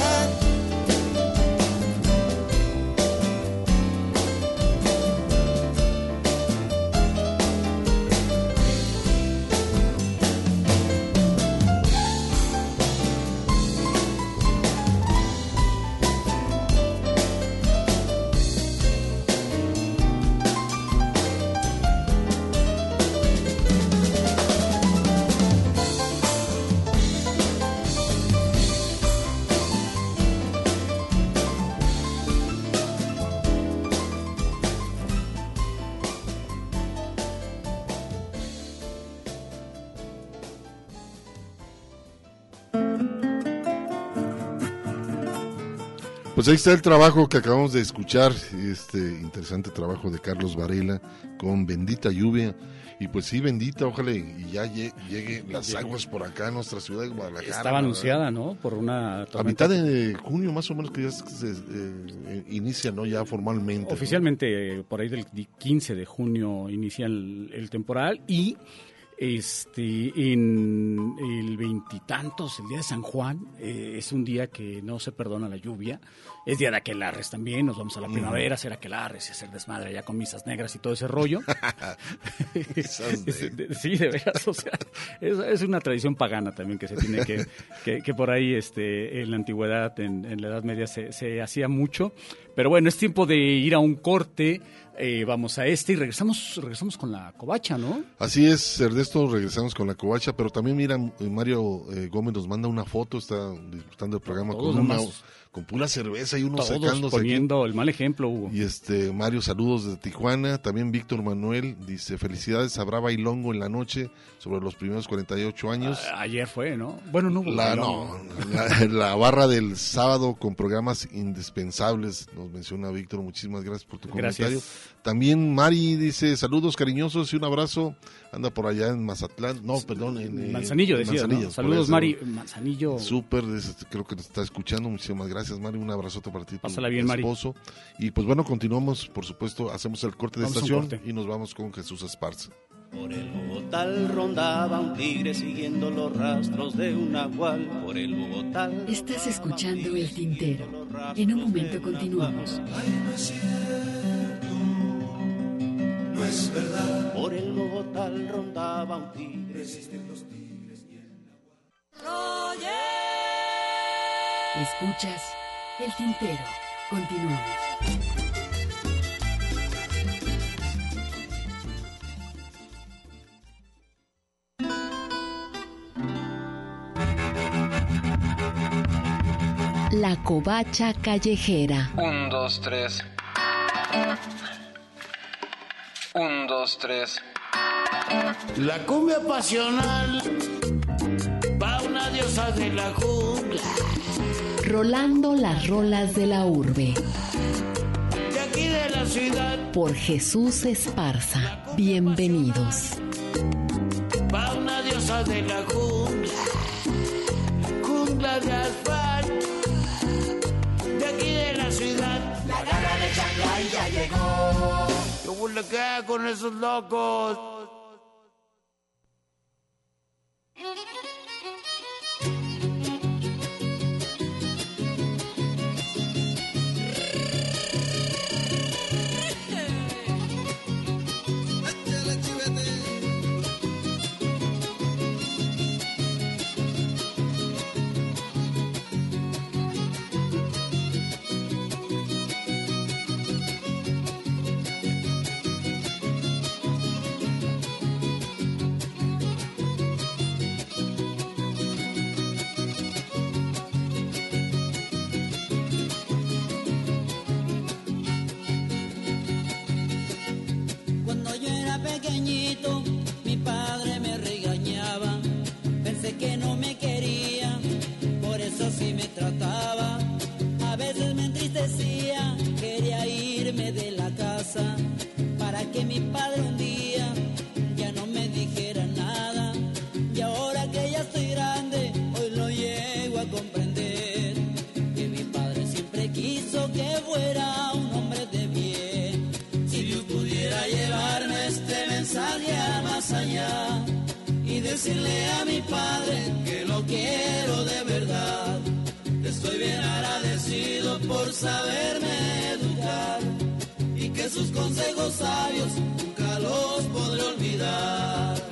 Pues ahí está el trabajo que acabamos de escuchar, este interesante trabajo de Carlos Varela con Bendita Lluvia. Y pues sí, bendita, ojalá y ya lleguen las aguas por acá a nuestra ciudad de Guadalajara. Estaba anunciada, ¿no? Por una tormenta. A mitad de junio más o menos que ya se eh, inicia, ¿no? Ya formalmente. Oficialmente, ¿no? Por ahí del quince de junio inicia el, el temporal y... Este, en el veintitantos, el día de San Juan, eh, es un día que no se perdona la lluvia, es día de aquelarres también, nos vamos a la primavera a hacer aquelarres y hacer desmadre allá con misas negras y todo ese rollo. Sí, de veras, o sea, es, es una tradición pagana también que se tiene que, que, que por ahí este, en la antigüedad, en, en la Edad Media se, se hacía mucho, pero bueno, es tiempo de ir a un corte. Eh, vamos a este y regresamos regresamos con la covacha, ¿no? Así es, Ernesto, regresamos con la covacha, pero también mira, Mario eh, Gómez nos manda una foto, está disfrutando del programa Todos con una nomás, con pura cerveza y uno todos secándose poniendo aquí. El mal ejemplo, Hugo. Y este Mario, saludos desde Tijuana. También Víctor Manuel dice, felicidades, habrá bailongo en la noche sobre los primeros cuarenta y ocho años. A, ayer fue, ¿no? Bueno, no hubo la, no, la, la barra del sábado con programas indispensables, nos menciona Víctor, muchísimas gracias por tu comentario. Gracias. También Mari dice, saludos cariñosos y un abrazo, anda por allá en Mazatlán, no, perdón, en Manzanillo, eh, decía, Manzanillo, ¿no? Saludos, Mari, Manzanillo. Súper, creo que nos está escuchando, muchísimas gracias, Mari, un abrazote para ti, pásala bien, Mari. Esposo. Y pues bueno, continuamos, por supuesto, hacemos el corte de Vamos estación corte. y nos vamos con Jesús Esparza. Por el Bogotá rondaba un tigre siguiendo los rastros de un nahual. Por el Bogotá. Estás escuchando El Tintero. En un momento continuamos. No es cierto, no es verdad. Por el Bogotá rondaba un tigre. Existen los tigres y el nahual. Escuchas El Tintero. Continuamos. La covacha callejera. Un, dos, tres. Un, dos, tres. La cumbia pasional va una diosa de la jungla. Rolando las rolas de la urbe. De aquí de la la ciudad. Por Jesús Esparza. Bienvenidos. Va una diosa de la jungla, jungla de asfalto, de aquí de la ciudad. La gana de Shanghái ya llegó. ¿Qué huele que con esos locos? Mi padre me regañaba, pensé que no me quería, por eso así me trataba. A veces me entristecía, quería irme de la casa, para que mi padre un día ya no me dijera nada. Y ahora que ya estoy grande, hoy lo llego a comprender, que mi padre siempre quiso que fuera un hombre de bien. Si Dios pudiera llevarme este mensaje a más allá y decirle a mi padre que lo quiero de verdad, estoy bien agradecido por saberme educar y que sus consejos sabios nunca los podré olvidar.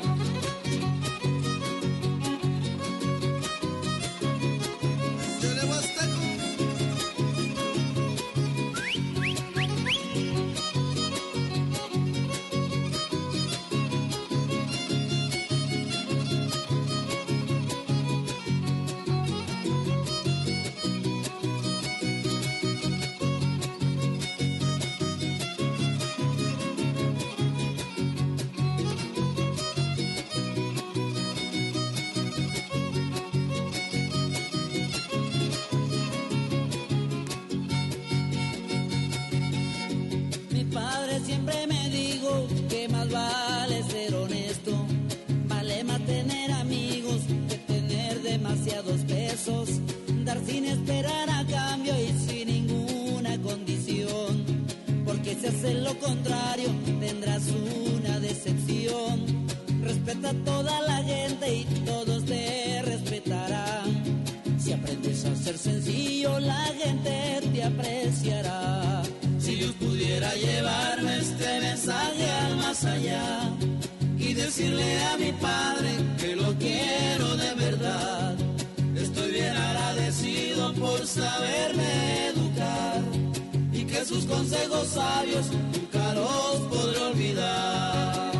Siempre me digo que más vale ser honesto, vale más tener amigos que tener demasiados pesos, dar sin esperar a cambio y sin ninguna condición, porque si haces lo contrario tendrás una decepción. Respeta a toda la gente y todos te respetarán. Si aprendes a ser sencillo, la gente te apreciará. Si Dios pudiera llevarme este mensaje al más allá y decirle a mi padre que lo quiero de verdad, estoy bien agradecido por saberme educar y que sus consejos sabios nunca los podré olvidar.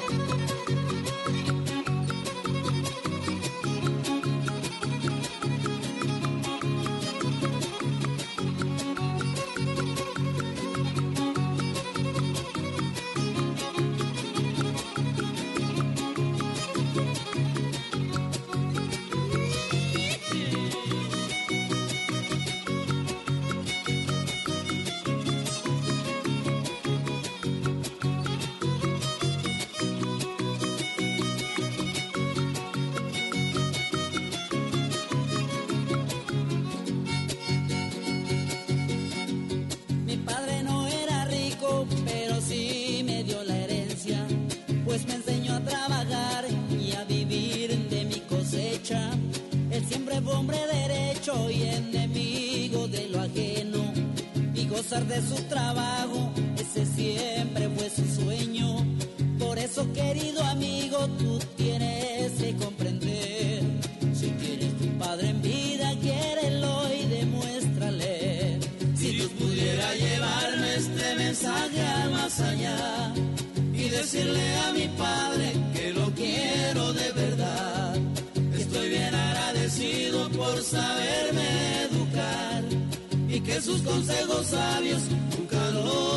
Me enseñó a trabajar y a vivir de mi cosecha. Él siempre fue hombre derecho y enemigo de lo ajeno, y gozar de su trabajo, ese siempre fue su sueño. Por eso, querido amigo, tú tienes que comprender, si tienes tu padre en vida, quiérelo y demuéstrale. Si Dios pudiera llevarme este mensaje a más allá y decirle a mi padre que lo quiero de verdad, estoy bien agradecido por saberme educar y que sus consejos sabios nunca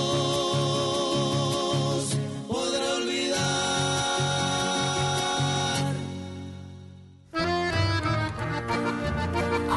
los podré olvidar.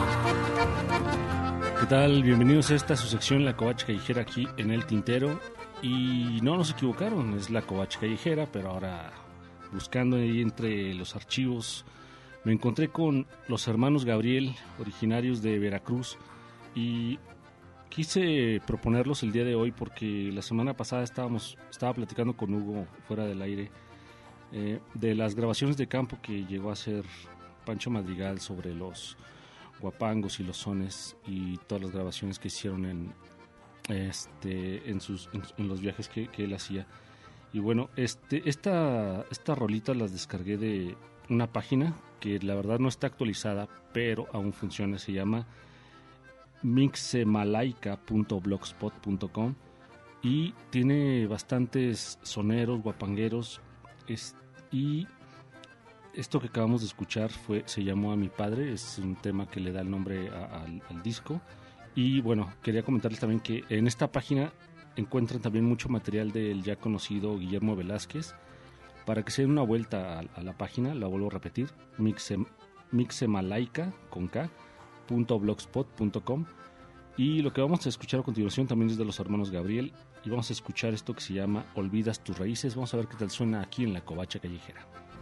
¿Qué tal? Bienvenidos a esta su sección La Covacha Callejera aquí en El Tintero. Y no nos equivocaron, es la Covacha Callejera, pero ahora buscando ahí entre los archivos me encontré con los hermanos Gabriel, originarios de Veracruz, y quise proponerlos el día de hoy porque la semana pasada estábamos estaba platicando con Hugo fuera del aire eh, de las grabaciones de campo que llegó a hacer Pancho Madrigal sobre los guapangos y los sones y todas las grabaciones que hicieron en este en sus en, en los viajes que, que él hacía. Y bueno, este esta esta rolita las descargué de una página que la verdad no está actualizada, pero aún funciona, se llama mixemalaica punto blogspot punto com y tiene bastantes soneros, guapangueros, es, y esto que acabamos de escuchar fue se llamó A Mi Padre, es un tema que le da el nombre a, a, al disco. Y bueno, quería comentarles también que en esta página encuentran también mucho material del ya conocido Guillermo Velázquez. Para que se den una vuelta a, a la página, la vuelvo a repetir, mixe, mixemalaica con K, punto blogspot punto com. Y lo que vamos a escuchar a continuación también es de los hermanos Gabriel, y vamos a escuchar esto que se llama Olvidas tus raíces. Vamos a ver qué tal suena aquí en la Covacha Callejera.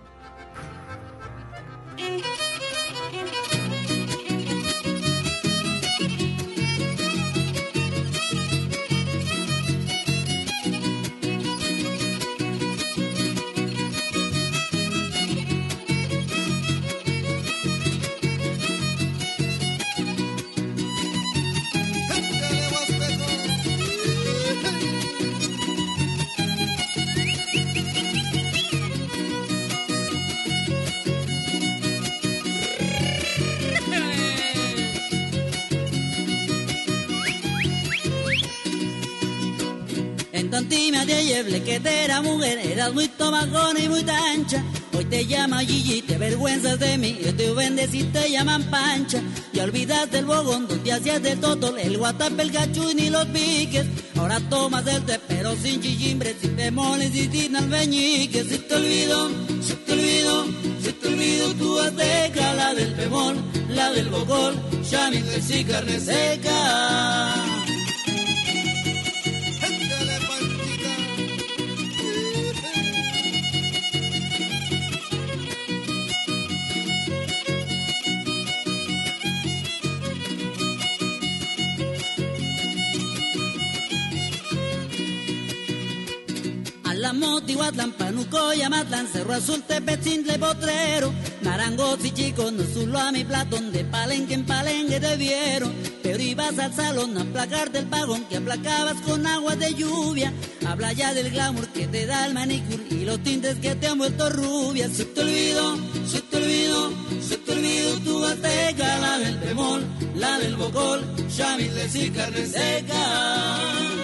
Tontima de yeble que te era mujer, eras muy tomagona y muy tancha. Hoy te llama Gigi, te avergüenzas de mí, yo te vendes y te llaman Pancha. Ya olvidas del bogón donde hacías del totol, el guatape, el gachú y ni los piques. Ahora tomas el té pero sin chillimbre, sin bemoles y sin albañiques. Se te olvidó, se te olvidó, se te olvidó tu azteca, la del bemol, la del bogol, chamines y carne seca. La Motihuatlán, Panuco, Yamatlán, Cerro Azul, Tepetzintla y Potrero, Narangos y chicos, no solo a mi platón, de palenque en palenque te vieron, pero ibas al salón a aplacarte el pagón que aplacabas con agua de lluvia. Habla ya del glamour que te da el manicure y los tintes que te han vuelto rubia. Se te olvidó, se te olvidó, se te olvidó tu azteca, la del bemol, la del bocol, chamiles y carne seca.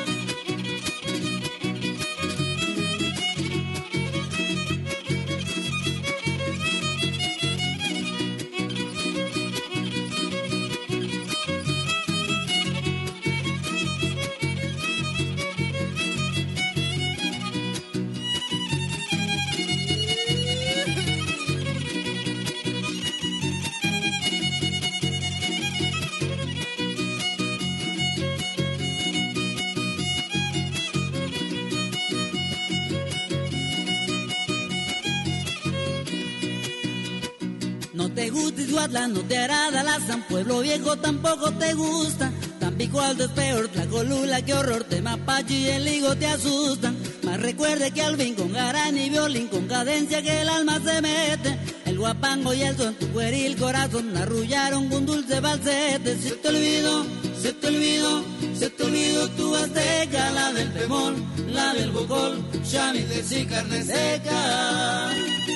No te gusta Ixhuatlán, no te agrada la San Pueblo Viejo, tampoco te gusta. Tampico Alto es peor, Tlacolula, qué horror, te mapache y el higo te asustan. Más recuerde que al fin con garán y violín, con cadencia que el alma se mete. El guapango y el son, tu pueril corazón, arrullaron con dulce falsete. Se te olvidó, se te olvidó, se te olvidó tu azteca, la del bemol, la del bocol, chamiles y carne seca.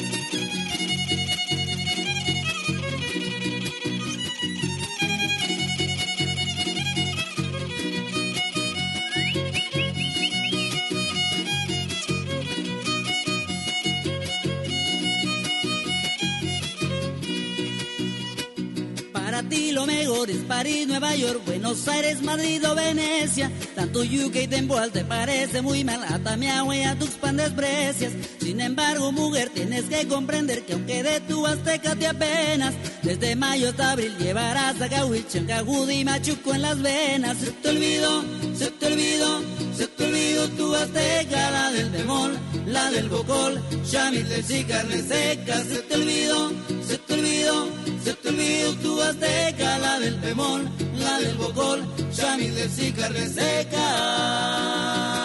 Para ti lo mejor es París, Nueva York, Buenos Aires, Madrid o Venecia. Tanto yuca y temporal te parece muy mal, a Tamiahua y a Tuxpan desprecias. Sin embargo, mujer, tienes que comprender que aunque de tu azteca te apenas, desde mayo hasta abril llevarás a Cahuil, Chancajuda y Machuco en las venas. Se te olvidó, se te olvidó, se te olvidó olvido tu azteca, la del bemol, la del bocol, chamiles y carne seca. Se te olvidó, se te olvidó, se te olvidó tu azteca, la del bemol, la del bocol, chamiles y carne seca.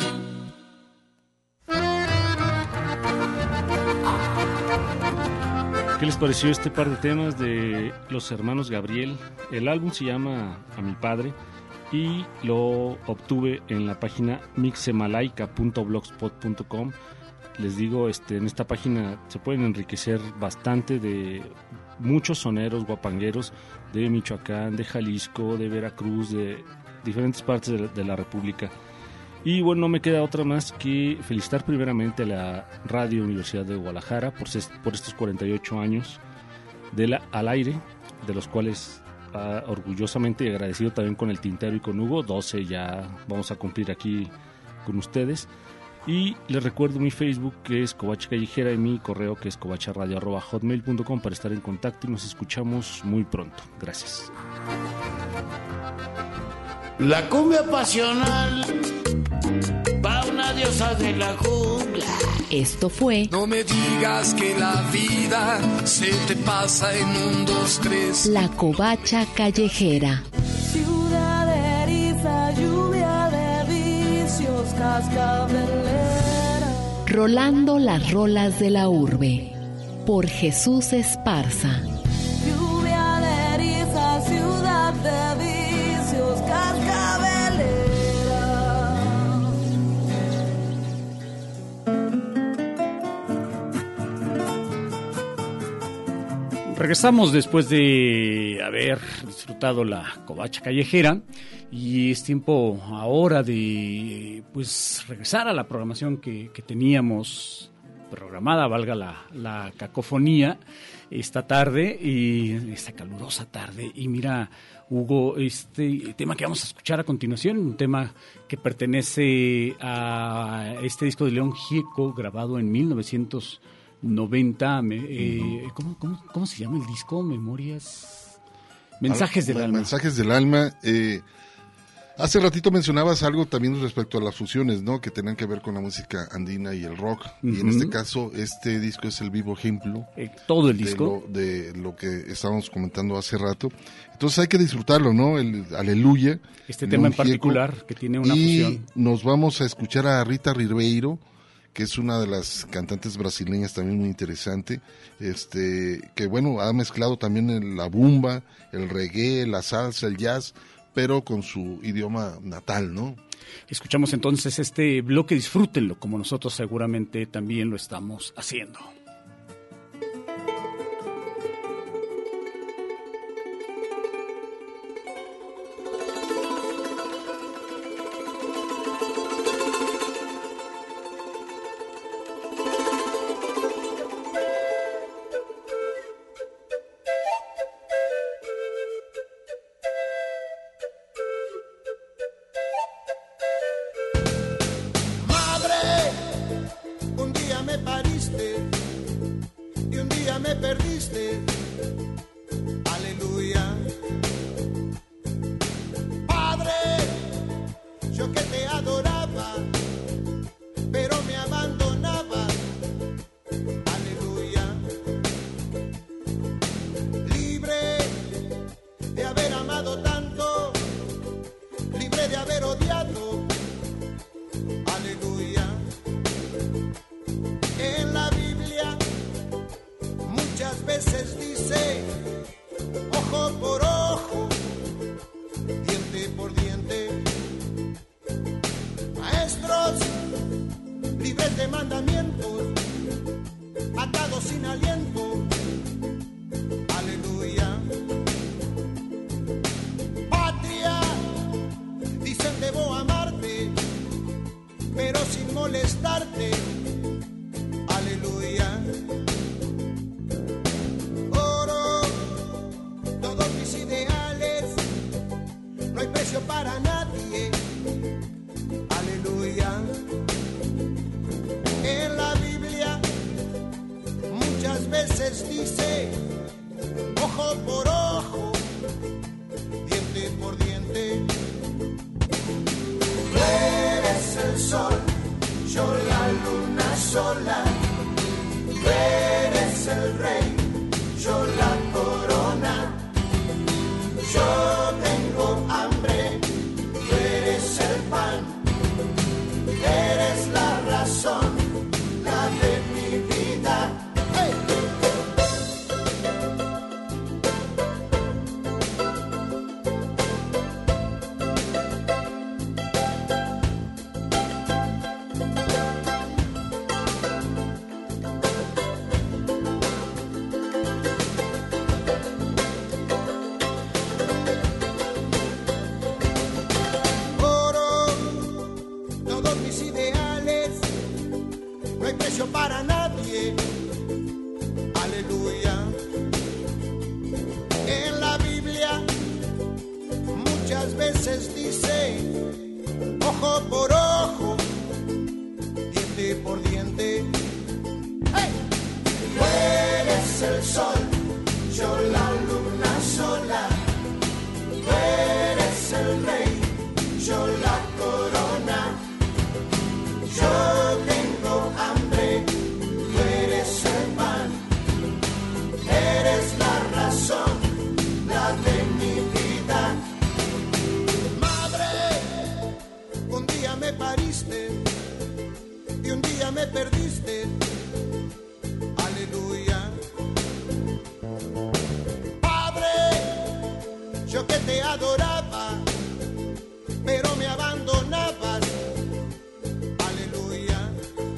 ¿Qué les pareció este par de temas de los hermanos Gabriel? El álbum se llama A mi padre y lo obtuve en la página mixemalaica punto blogspot punto com. Les digo, este, en esta página se pueden enriquecer bastante de muchos soneros guapangueros de Michoacán, de Jalisco, de Veracruz, de diferentes partes de la, de la República. Y bueno, no me queda otra más que felicitar primeramente a la Radio Universidad de Guadalajara por, por estos cuarenta y ocho años de la, al aire, de los cuales uh, orgullosamente y agradecido también con el Tintero y con Hugo, doce ya vamos a cumplir aquí con ustedes. Y les recuerdo mi Facebook, que es Covacha Callejera, y mi correo, que es covacharadio arroba hotmail punto com, para estar en contacto, y nos escuchamos muy pronto. Gracias. La cumbia pasional pa' una diosa de la jungla. Esto fue No me digas que la vida se te pasa en un, dos, tres. La Covacha Callejera. Ciudad de eriza, lluvia de vicios, cascabelera. Rolando las rolas de la urbe. Por Jesús Esparza. Lluvia de eriza, ciudad de vicios, cascabelera. Regresamos después de haber disfrutado la Covacha Callejera y es tiempo ahora de pues regresar a la programación que, que teníamos programada, valga la, la cacofonía, esta tarde, y esta calurosa tarde. Y mira, Hugo, este tema que vamos a escuchar a continuación, un tema que pertenece a este disco de León Gieco, grabado en mil novecientos noventa, eh, ¿cómo, cómo, ¿cómo se llama el disco? Memorias... Mensajes del alma. Mensajes del alma. Eh, hace ratito mencionabas algo también respecto a las fusiones, ¿no? Que tenían que ver con la música andina y el rock. Uh-huh. Y en este caso, este disco es el vivo ejemplo. Eh, todo el disco. De lo, de lo que estábamos comentando hace rato. Entonces hay que disfrutarlo, ¿no? El Aleluya. Este tema en particular, Gieco, que tiene una y fusión. Nos vamos a escuchar a Rita Ribeiro, que es una de las cantantes brasileñas también muy interesante, este, que bueno, ha mezclado también la bumba, el reggae, la salsa, el jazz, pero con su idioma natal, ¿no? Escuchamos entonces este bloque, disfrútenlo, como nosotros seguramente también lo estamos haciendo. Eres el para nadie. Aleluya. En la Biblia muchas veces dice ojo por ojo, diente por diente. ¡Hey! Tú eres el sol, yo la luna sola. Tú eres el rey, yo la corona. Yo tengo hambre, tú eres el pan. Eres la razón, la de mi vida. Madre, un día me pariste y un día me perdiste. Aleluya. Padre, yo que te adoraba, pero me abandonabas. Aleluya.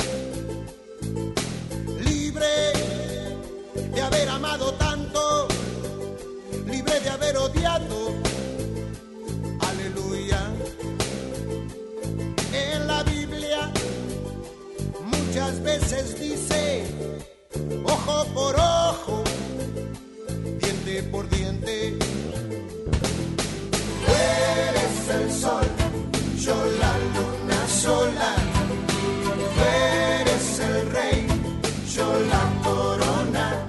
Libre de haber amado tanto, libre de haber odiado. Aleluya. En la Biblia muchas veces dice ojo por ojo, diente por diente. Tú eres el sol, yo la luna sola. Tú eres el rey, yo la corona.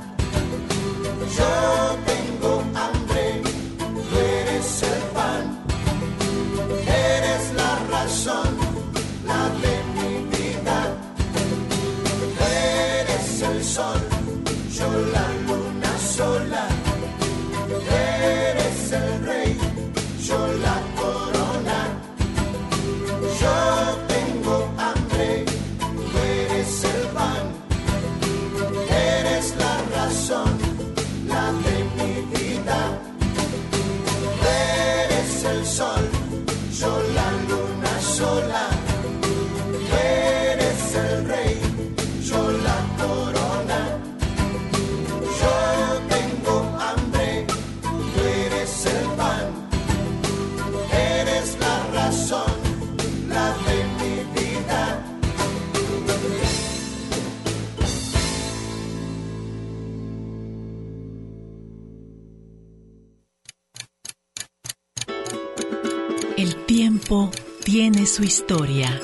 Yo tengo hambre, tú eres el pan. Eres la razón, la de mi vida. Tú eres el sol, yo la luna sola. Tú eres el rey, yo la corona. Yo tengo hambre, tú eres el pan. Eres la razón, la de mi vida. Tú eres el sol, yo la luna sola. Tú eres el rey, yo la corona. Yo tengo hambre, tú eres el pan. Eres la razón, la de mi vida. El tiempo tiene su historia.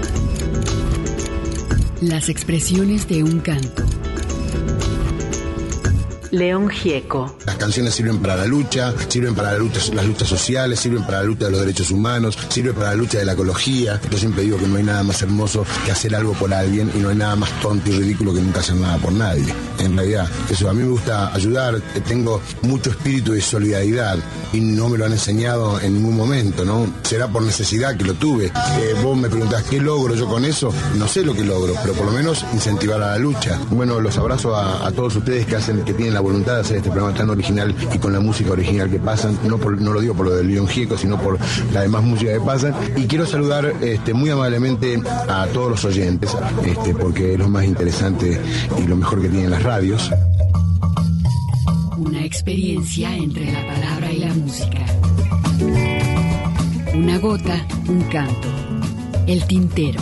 Las expresiones de un canto. León Gieco. Las canciones sirven para la lucha, sirven para la lucha, las luchas sociales, sirven para la lucha de los derechos humanos, sirven para la lucha de la ecología. Yo siempre digo que no hay nada más hermoso que hacer algo por alguien y no hay nada más tonto y ridículo que nunca hacer nada por nadie. En realidad, eso, a mí me gusta ayudar, tengo mucho espíritu de solidaridad y no me lo han enseñado en ningún momento, ¿no? Será por necesidad que lo tuve. Eh, vos me preguntás, ¿qué logro yo con eso? No sé lo que logro, pero por lo menos incentivar a la lucha. Bueno, los abrazo a, a todos ustedes que hacen, que tienen la voluntad de hacer este programa tan original y con la música original que pasan, no, por, no lo digo por lo de León Gieco, sino por la demás música que pasan. Y quiero saludar este, muy amablemente a todos los oyentes, este, porque es lo más interesante y lo mejor que tienen las radios. Una experiencia entre la palabra y la música. Una gota, un canto. El Tintero.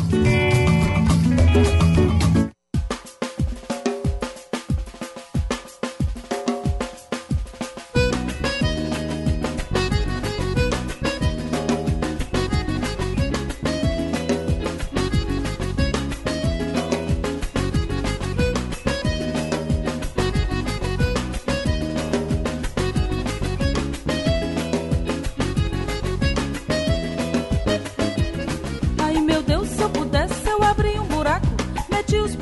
Ai meu Deus, se eu pudesse eu abria um buraco, meti os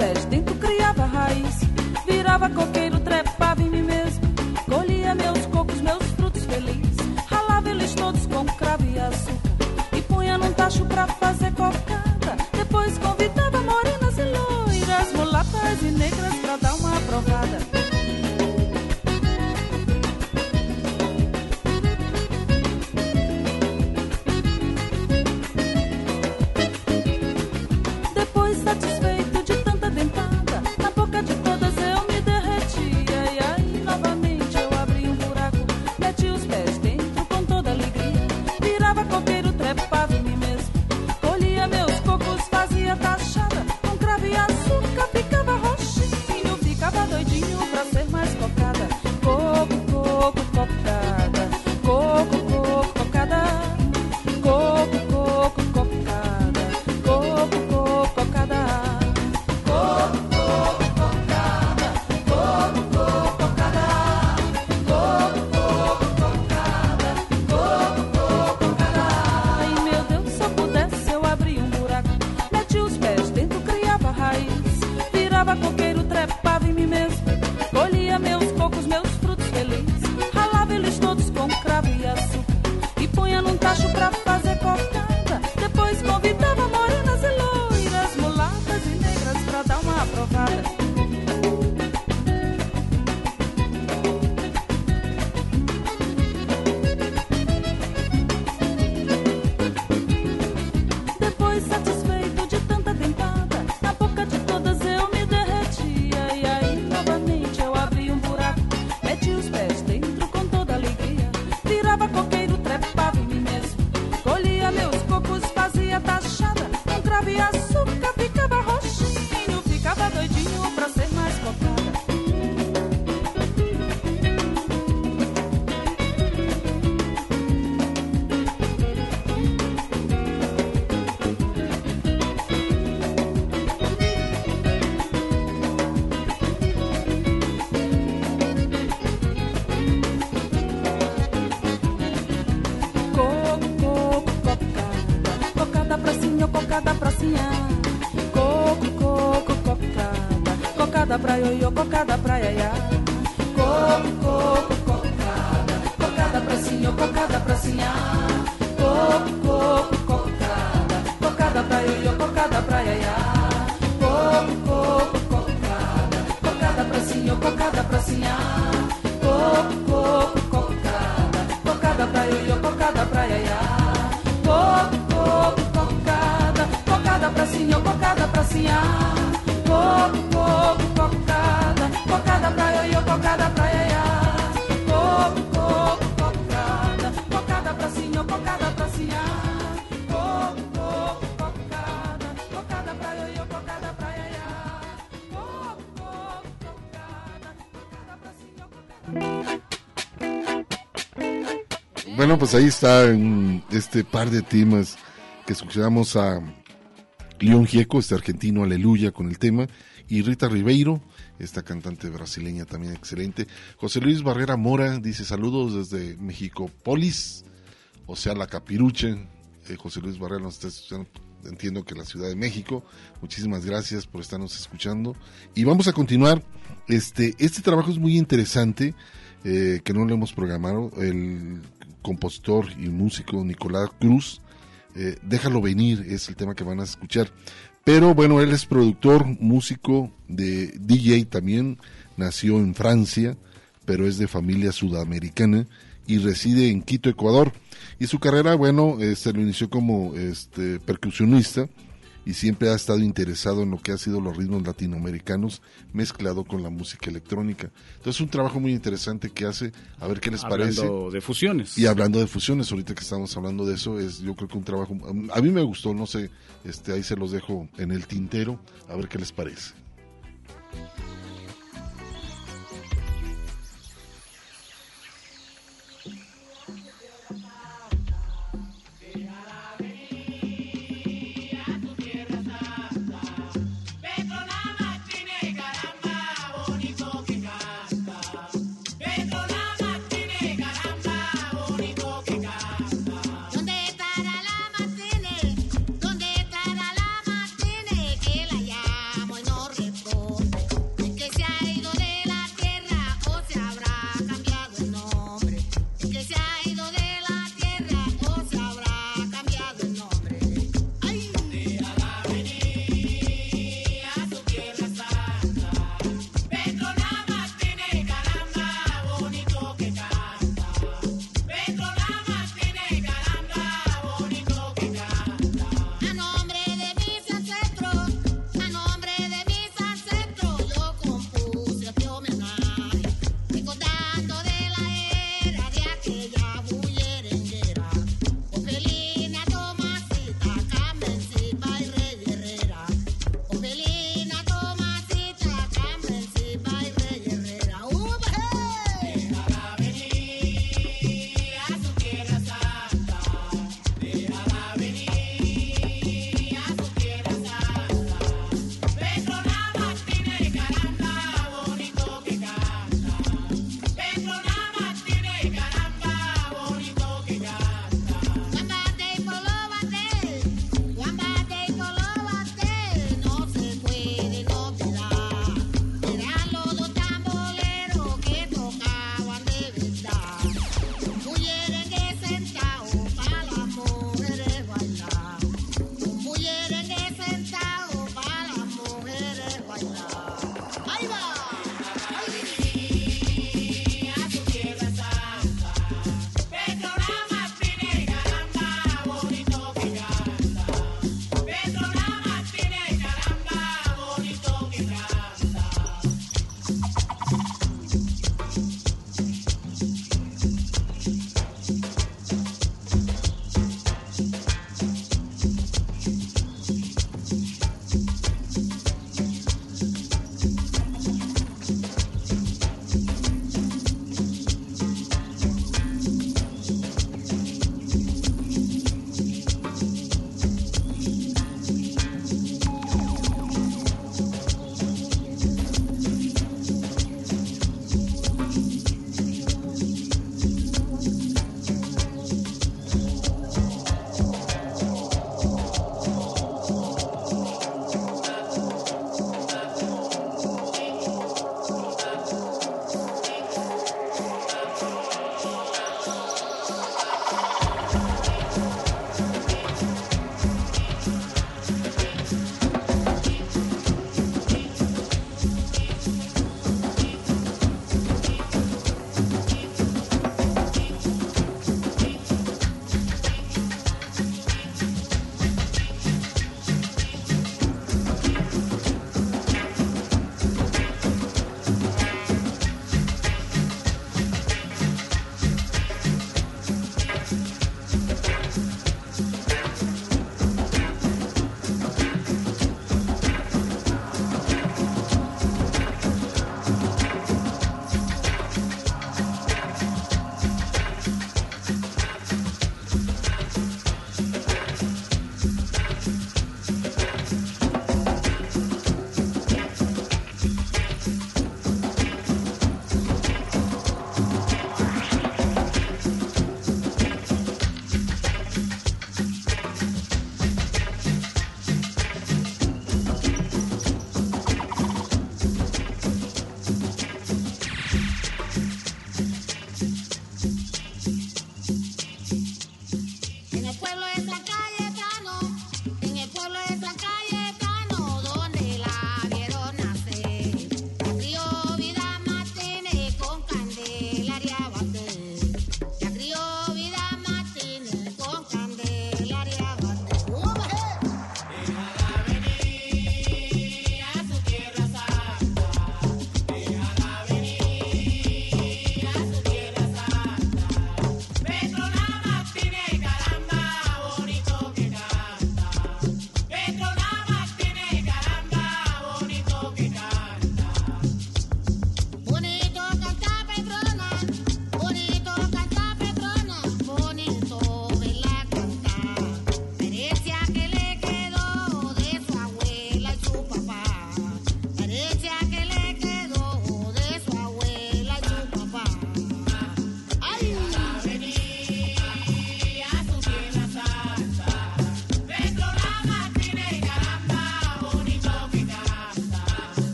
pracinha, cocada, pracinha. Coco, coco, cocada. Cocada pra ioiô, cocada pra iaiá. Coco, coco, cocada. Cocada, pracinha, cocada, pracinha. Coco, coco, cocada. Cocada pra ioiô, cocada pra iaiá. Coco, coco, cocada. Cocada, pracinha, cocada, pracinha. Coco, coco, cocada. Cocada pra ioiô, cocada pra iaiá. Coco, coco, cocada. Cocada, pracinha, cocada, pracinha. Coco, coco, cocada. Cocada pra ioiô, cocada pra iaiá. Coco, coco, cocada. Cocada, pracinha, cocada, pracinha. Coco, coco, cocada. Cocada pra ioiô, cocada pra iaiá. Coco, coco, cocada. Cocada, pracinha, cocada. Bueno, pues ahí está en este par de temas que escuchamos a León Gieco, este argentino, Aleluya, con el tema, y Rita Ribeiro, esta cantante brasileña también excelente. José Luis Barrera Mora dice saludos desde Mexicopolis, o sea, la Capirucha. Eh, José Luis Barrera nos está escuchando, entiendo que la Ciudad de México. Muchísimas gracias por estarnos escuchando. Y vamos a continuar. Este, este trabajo es muy interesante, eh, que no lo hemos programado. El compositor y músico Nicolás Cruz, eh, Déjalo Venir es el tema que van a escuchar, pero bueno, él es productor, músico, de D J también, nació en Francia, pero es de familia sudamericana y reside en Quito, Ecuador, y su carrera, bueno, este, lo inició como este, percusionista, y siempre ha estado interesado en lo que ha sido los ritmos latinoamericanos mezclado con la música electrónica. Entonces es un trabajo muy interesante que hace, a ver qué les hablando parece. Hablando de fusiones. Y hablando de fusiones, ahorita que estamos hablando de eso, es yo creo que un trabajo, a mí me gustó, no sé, este ahí se los dejo en el tintero, a ver qué les parece. ¿Dónde estará la Martínez? Que la llamo y no responde.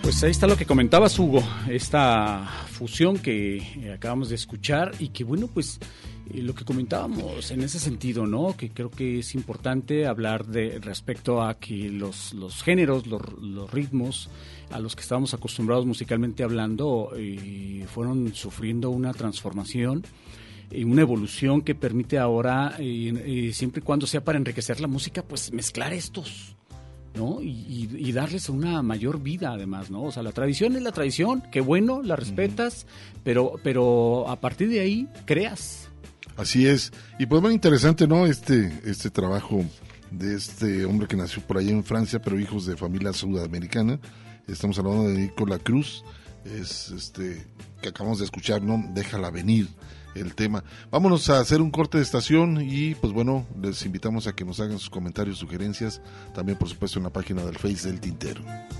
Pues ahí está lo que comentabas, Hugo, esta fusión que eh, acabamos de escuchar y que bueno, pues eh, lo que comentábamos en ese sentido, ¿no? Que creo que es importante hablar de respecto a que los, los géneros, los, los ritmos a los que estábamos acostumbrados musicalmente hablando eh, fueron sufriendo una transformación y una evolución que permite ahora, eh, eh, siempre y cuando sea para enriquecer la música, pues mezclar estos, ¿no? Y, y, y darles una mayor vida además, ¿no? O sea, la tradición es la tradición, qué bueno, la respetas, uh-huh. pero, pero a partir de ahí creas. Así es, y pues muy interesante, ¿no? Este, este trabajo de este hombre que nació por allá en Francia, pero hijos de familia sudamericana. Estamos hablando de Nicola Cruz, es este que acabamos de escuchar, ¿no? Déjala venir, el tema. Vámonos a hacer un corte de estación y pues bueno, les invitamos a que nos hagan sus comentarios, sugerencias, también por supuesto en la página del Face del Tintero.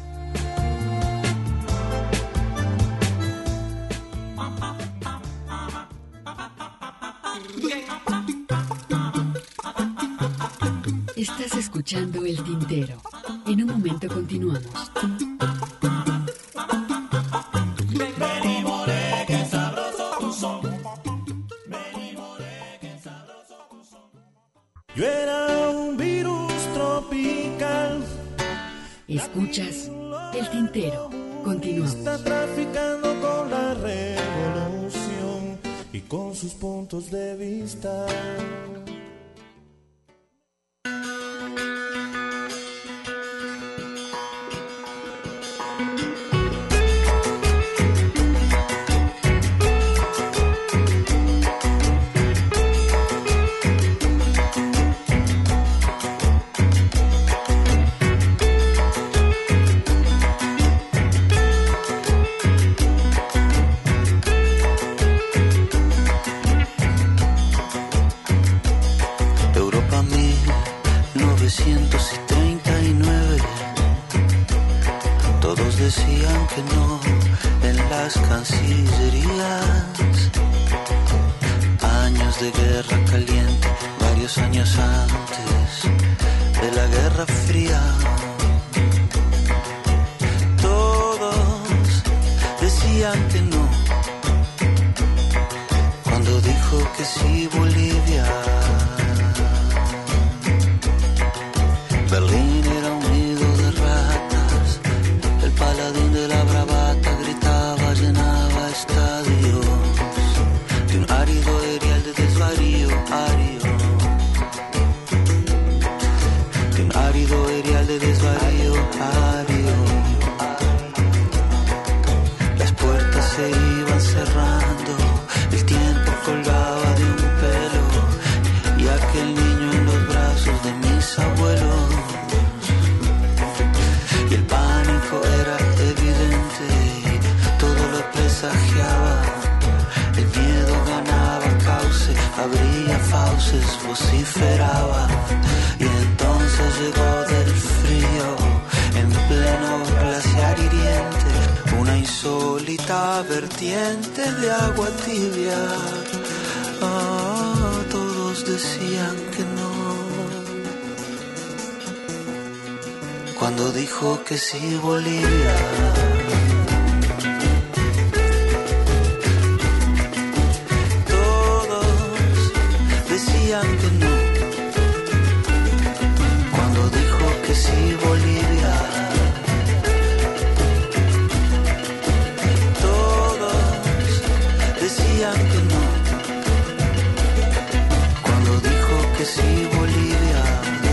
Estás escuchando El Tintero. En un momento continuamos. Yo era un virus tropical. Escuchas El Tintero. Continuamos. Está traficando con la revolución y con sus puntos de vista. Decían que no en las cancillerías. Años de guerra caliente, varios años antes de la Guerra Fría. Todos decían que no cuando dijo que sí Bolivia. Berlín era un nido de ratas. El paladín de la bravata gritaba, llenaba estadios de un árido erial de desvarío, ario. De un árido erial de desvarío, ario. Las puertas se iban cerrando, el tiempo colgaba de un pelo y aquel niño en los brazos de mis abuelos. Y el pánico era evidente y todo lo presagiaba. El miedo ganaba cauce, abría fauces, vociferaba. Y entonces llegó del frío, en pleno glaciar hiriente, una insólita vertiente de agua tibia. Ah, todos decían que no cuando dijo que sí Bolivia. Todos decían que no cuando dijo que sí Bolivia. Todos decían que no cuando dijo que sí Bolivia.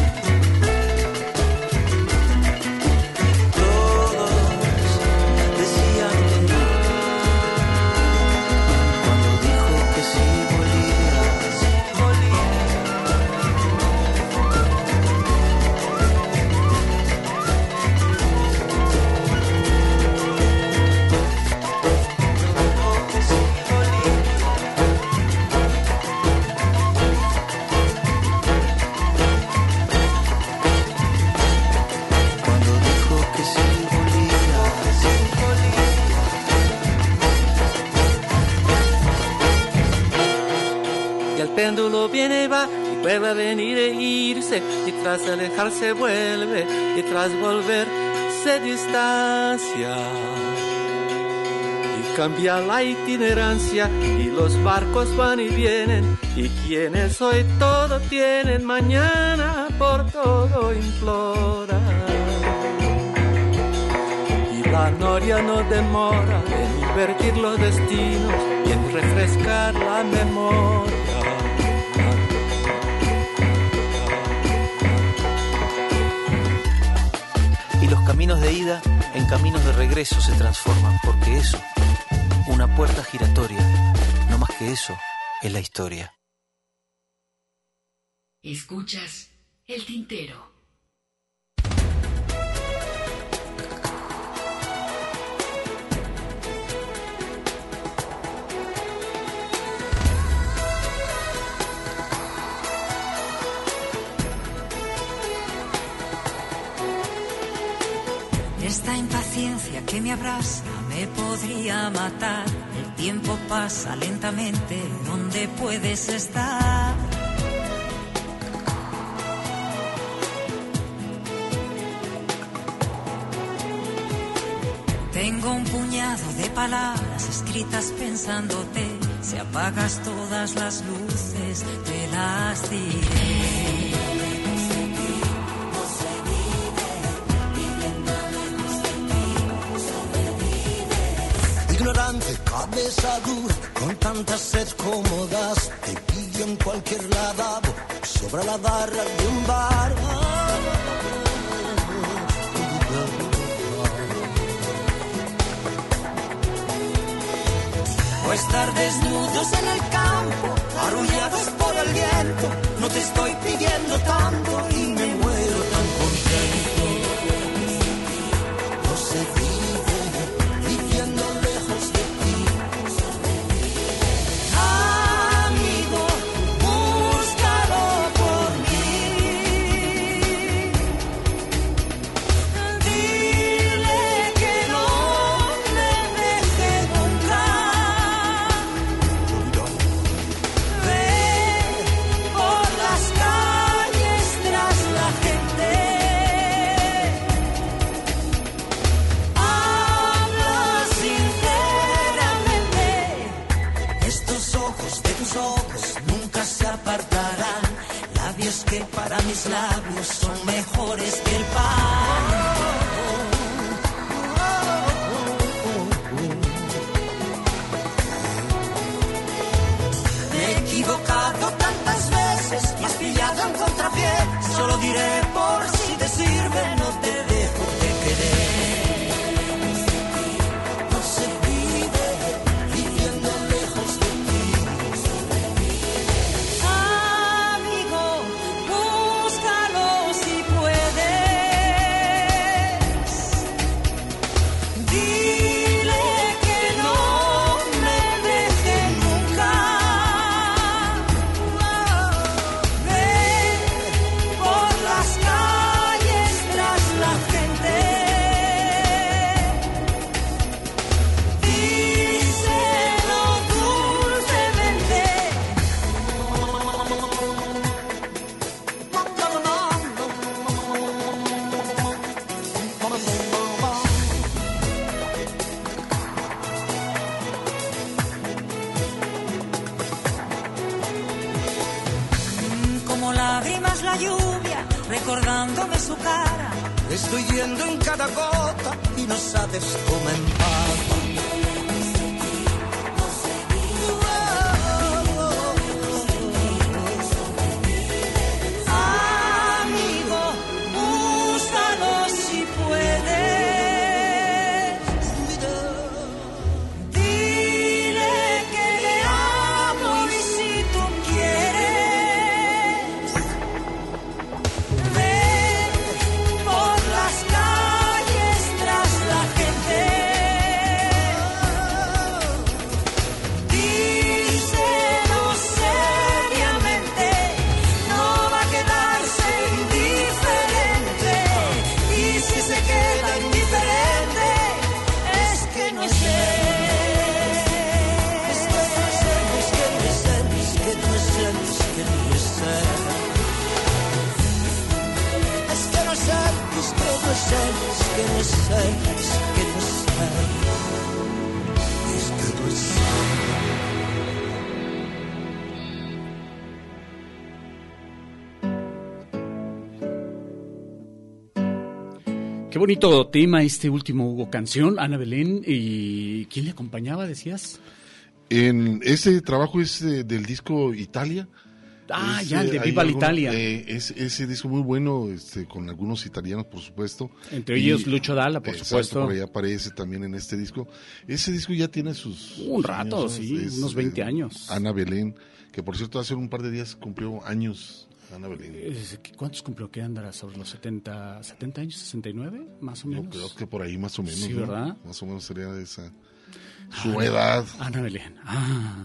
Péndulo viene y va, y vuelve a venir e irse, y tras alejarse vuelve, y tras volver se distancia y cambia la itinerancia y los barcos van y vienen y quienes hoy todo tienen mañana por todo imploran. Y la noria no demora en invertir los destinos y en refrescar la memoria. Los caminos de ida en caminos de regreso se transforman, porque eso, una puerta giratoria, no más que eso, es la historia. Escuchas El Tintero. Esta impaciencia que me abraza me podría matar. El tiempo pasa lentamente, ¿dónde puedes estar? Tengo un puñado de palabras escritas pensándote. Si apagas todas las luces, te las diré. Ignorante, cabeza dura, con tanta sed como das, te pillo en cualquier lavabo, sobra la barra de un bar. O estar desnudos en el campo, arrullados por el viento, no te estoy pidiendo tanto y me muero tan contento. No se vive viviendo lejos de ti. Amigo, búscalo por mí. Dile que no me deje nunca. Ve por las calles tras la gente. Habla sinceramente. Estos ojos de tus ojos nunca se apartarán. Labios que para mis labios son mejores que el pan. Me he equivocado tantas veces, me has pillado en contrapié. Solo diré por si te sirve, no te dejo de querer. No se vive viviendo lejos de ti. Amigo, búscalo si puedes. Dile que no me deje nunca. Ve por las calles tras la gente. Díselo dulcemente. Como lágrimas la lluvia, recordándome su cara. Estoy viendo en cada gota y no sabes cómo empapa. Amigo, búscalo si puedes. Dile que le amo y si tú quieres, ve por las calles tras la gente. seis, que no es seis, que no es seis. Es que no es Qué bonito tema este último, Hugo, canción, Ana Belén. ¿Y quién le acompañaba, decías? En ese trabajo es eh, del disco Italia. Ah, es, ya, el de eh, Viva hay la algunos, Italia. Eh, es, ese disco muy bueno, este, con algunos italianos, por supuesto. Entre ellos Lucho Dalla, por exacto, supuesto. Por ahí aparece también en este disco. Ese disco ya tiene sus... Un sus rato, años, sí, es, unos veinte eh, años. Ana Belén, que por cierto hace un par de días cumplió años. Ana Belén. ¿Cuántos cumplió? ¿Qué andará? ¿Sobre los setenta, setenta años? ¿sesenta y nueve? Más o menos. Yo creo que por ahí más o menos. Sí, ¿no? ¿verdad? Más o menos sería esa su ah, edad. Ana Belén. Ah.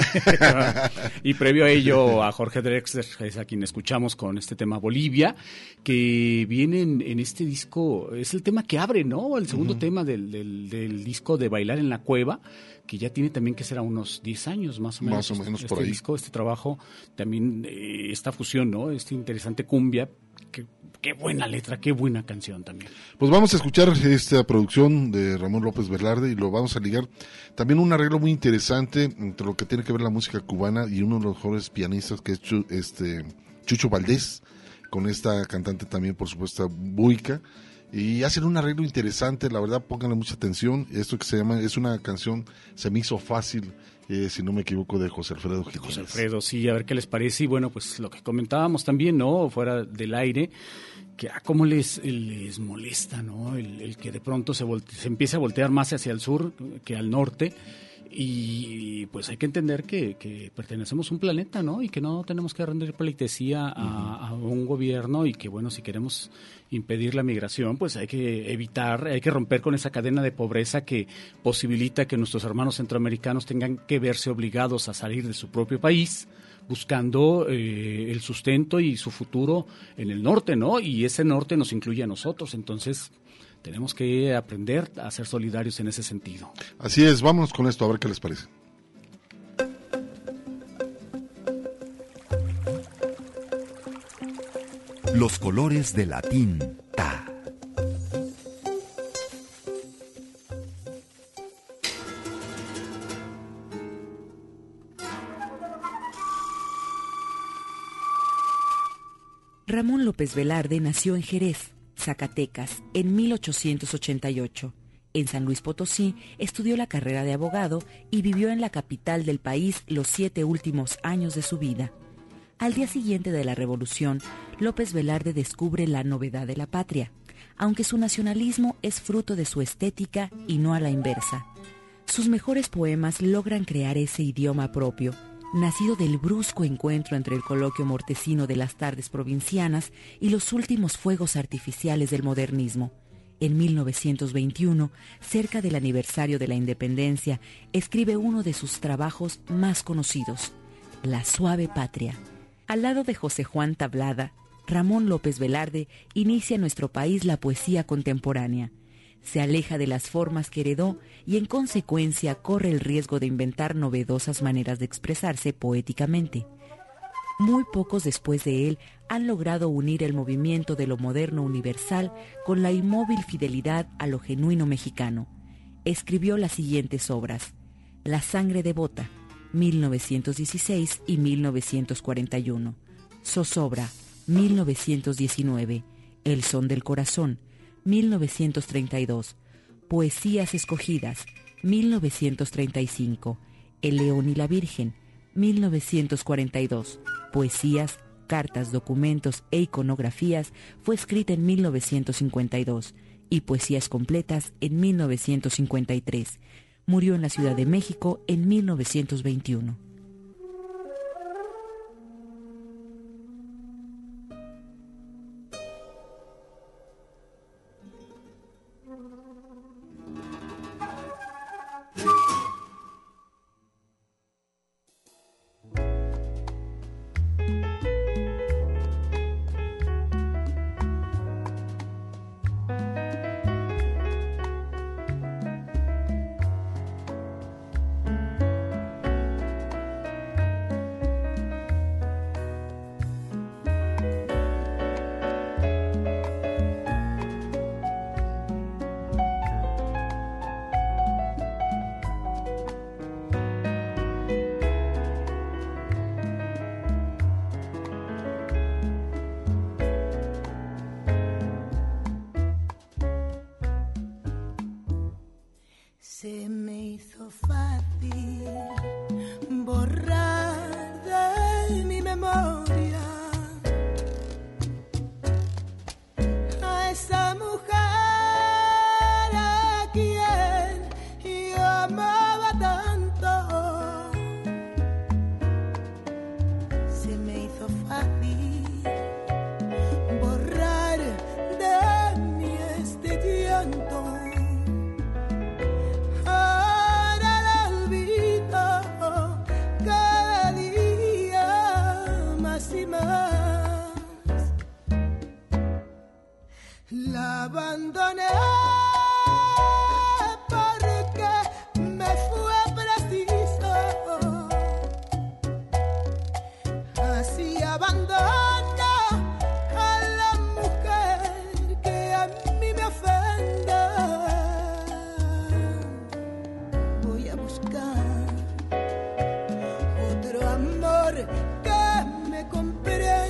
Y previo a ello a Jorge Drexler, es a quien escuchamos con este tema Bolivia, que viene en, en este disco, es el tema que abre, ¿no? El segundo uh-huh. tema del, del, del disco de Bailar en la Cueva, que ya tiene también que ser a unos diez años más o menos. Más o menos este, por este ahí. disco, este trabajo, también eh, esta fusión, ¿no? Esta interesante cumbia, que, qué buena letra, qué buena canción también. Pues vamos a escuchar esta producción de Ramón López Velarde y lo vamos a ligar también un arreglo muy interesante entre lo que tiene que ver la música cubana y uno de los mejores pianistas que es Chu, este, Chucho Valdés, con esta cantante también, por supuesto, Buica. Y hacen un arreglo interesante, la verdad, pónganle mucha atención. Esto que se llama, es una canción, Se me hizo fácil, eh, si no me equivoco, de José Alfredo Jiménez. José Alfredo, sí, a ver qué les parece. Y bueno, pues lo que comentábamos también, ¿no? Fuera del aire, que a cómo les, les molesta, ¿no? El, el que de pronto se, volte, se empiece a voltear más hacia el sur que al norte. Y pues hay que entender que, que pertenecemos a un planeta, ¿no? Y que no tenemos que rendir pleitesía a, a un gobierno y que, bueno, si queremos impedir la migración, pues hay que evitar, hay que romper con esa cadena de pobreza que posibilita que nuestros hermanos centroamericanos tengan que verse obligados a salir de su propio país buscando eh, el sustento y su futuro en el norte, ¿no? Y ese norte nos incluye a nosotros, entonces tenemos que aprender a ser solidarios en ese sentido. Así es, vámonos con esto, a ver qué les parece. Los colores de la tinta. Ramón López Velarde nació en Jerez, Zacatecas, en mil ochocientos ochenta y ocho. En San Luis Potosí estudió la carrera de abogado y vivió en la capital del país los siete últimos años de su vida. Al día siguiente de la Revolución, López Velarde descubre la novedad de la patria, aunque su nacionalismo es fruto de su estética y no a la inversa. Sus mejores poemas logran crear ese idioma propio, nacido del brusco encuentro entre el coloquio mortecino de las tardes provincianas y los últimos fuegos artificiales del modernismo. En mil novecientos veintiuno, cerca del aniversario de la independencia, escribe uno de sus trabajos más conocidos, La suave patria. Al lado de José Juan Tablada, Ramón López Velarde inicia en nuestro país la poesía contemporánea. Se aleja de las formas que heredó y en consecuencia corre el riesgo de inventar novedosas maneras de expresarse poéticamente. Muy pocos después de él han logrado unir el movimiento de lo moderno universal con la inmóvil fidelidad a lo genuino mexicano. Escribió las siguientes obras: La sangre devota, mil novecientos dieciséis y mil novecientos cuarenta y uno. Zozobra, mil novecientos diecinueve. El son del corazón, mil novecientos treinta y dos. Poesías escogidas, mil novecientos treinta y cinco. El león y la virgen, mil novecientos cuarenta y dos. Poesías, cartas, documentos e iconografías fue escrita en mil novecientos cincuenta y dos y Poesías completas en mil novecientos cincuenta y tres. Murió en la Ciudad de México en mil novecientos veintiuno. Se me hizo fácil borrar de mi memoria a esa mujer a quien yo amaba tanto. Se me hizo fácil borrar de mí este llanto. La abandoné porque me fue preciso, así abandono a la mujer que a mí me ofende. Voy a buscar otro amor que me comprenda.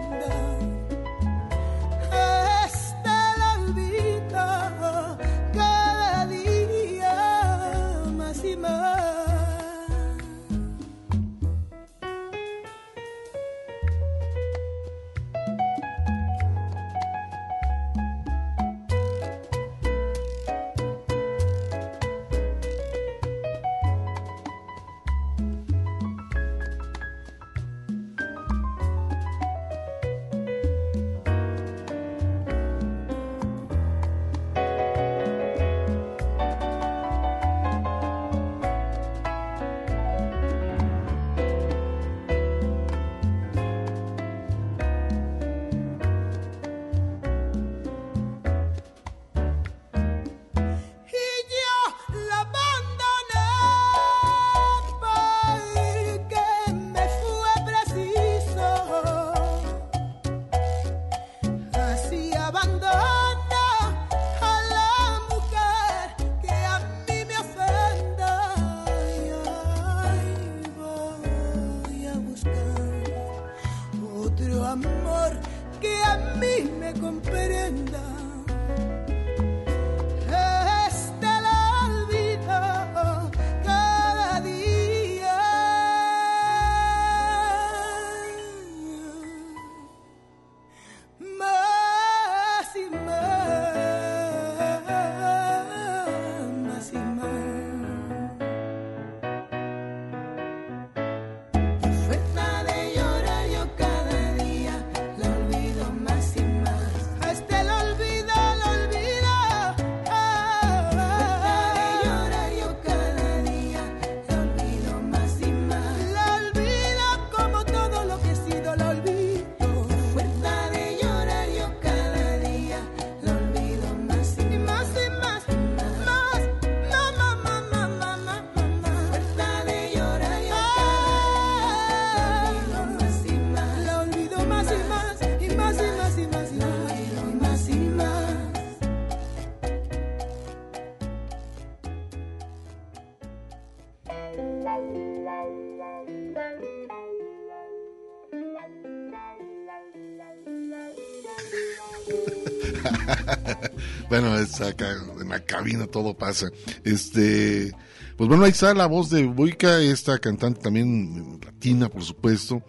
Bueno, es acá en la cabina todo pasa. Este, pues bueno, ahí está la voz de Buika, esta cantante también latina, por supuesto,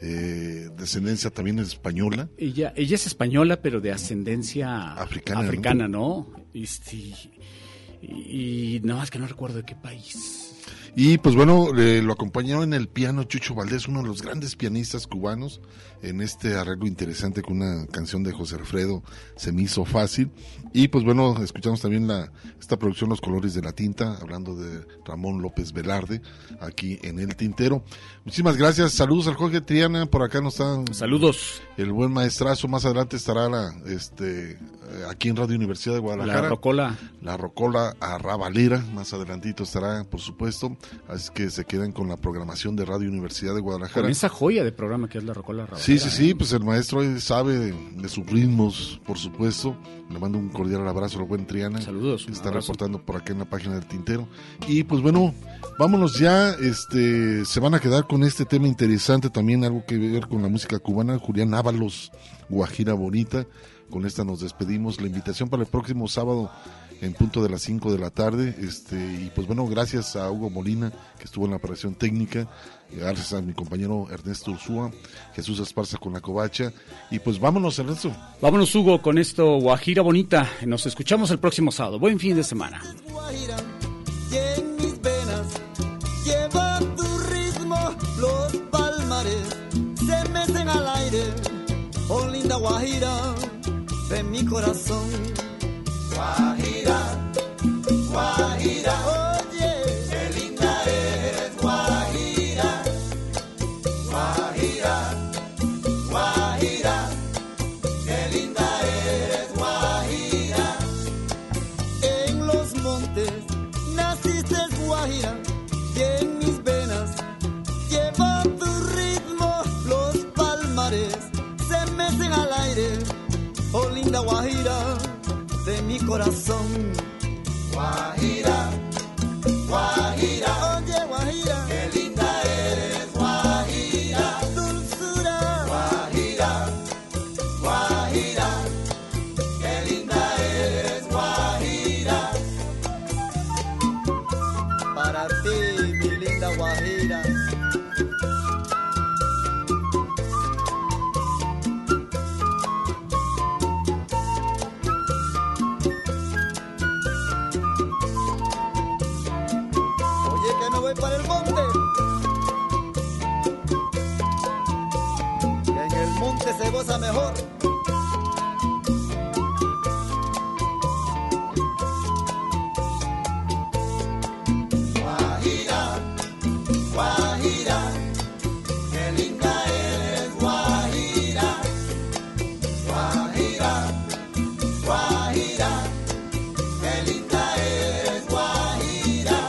eh, descendencia también es española. Ella, ella es española, pero de ascendencia africana, africana ¿no? ¿no? Y, y, y nada más que no recuerdo de qué país. Y pues bueno, eh, lo acompañó en el piano Chucho Valdés, uno de los grandes pianistas cubanos, en este arreglo interesante con una canción de José Alfredo, Se me hizo fácil. Y pues bueno, escuchamos también la esta producción Los colores de la tinta, hablando de Ramón López Velarde, aquí en El Tintero. Muchísimas gracias, saludos al Jorge Triana, por acá nos están... Saludos. El buen maestrazo, más adelante estará la, este, aquí en Radio Universidad de Guadalajara. La Rocola. La Rocola Arrabalera, más adelantito estará, por supuesto. Así que se quedan con la programación de Radio Universidad de Guadalajara. Con esa joya de programa que es la Rocola Arrabalera. Sí, sí, sí, ¿eh? Pues el maestro sabe de, de sus ritmos, por supuesto. Le mando un cordial abrazo al buen Triana. Saludos. Que está abrazo. reportando por acá en la página del Tintero. Y pues bueno, vámonos ya, este, se van a quedar con este tema interesante, también algo que ver con la música cubana. Julián Ábalos, Guajira Bonita. Con esta nos despedimos. La invitación para el próximo sábado en punto de las cinco de la tarde. Este, y pues bueno, gracias a Hugo Molina, que estuvo en la operación técnica, gracias a mi compañero Ernesto Ursúa, Jesús Esparza con la covacha. Y pues vámonos, Ernesto. Vámonos, Hugo, con esto, Guajira Bonita. Nos escuchamos el próximo sábado. Buen fin de semana. Guajira, y en mis venas lleva tu ritmo, los palmares se mecen al aire. Oh, linda Guajira de mi corazón. Guajira, Guajira, oye, qué linda eres, Guajira, Guajira, Guajira, qué linda eres, Guajira. En los montes naciste, Guajira, y en mis venas lleva tu ritmo, los palmares se mecen al aire. Oh, linda Guajira de mi corazón. Guajira, Guajira, oye Guajira, qué linda eres, Guajira, dulzura, Guajira, Guajira, qué linda eres, Guajira. Para ti, mi linda Guajira. Para el monte, que en el monte se goza mejor. Guajira, Guajira, qué linda eres, Guajira, Guajira, Guajira, qué linda eres, Guajira.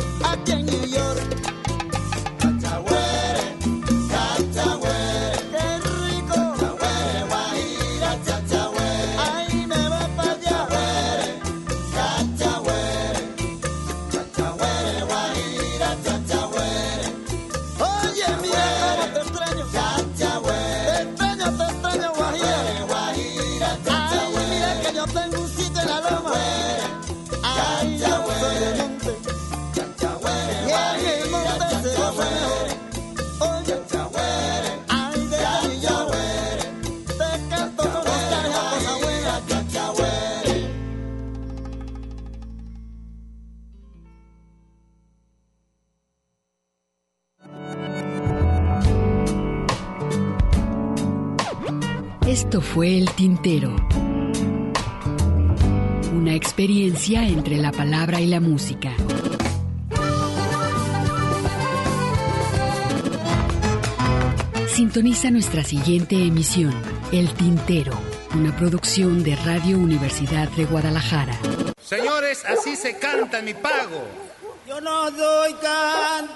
Cachahuere, cachahuere, qué Esto fue El Tintero. Una experiencia entre la palabra y la música. Sintoniza nuestra siguiente emisión, El Tintero, una producción de Radio Universidad de Guadalajara. Señores, así se canta en mi pago. Yo no doy canto.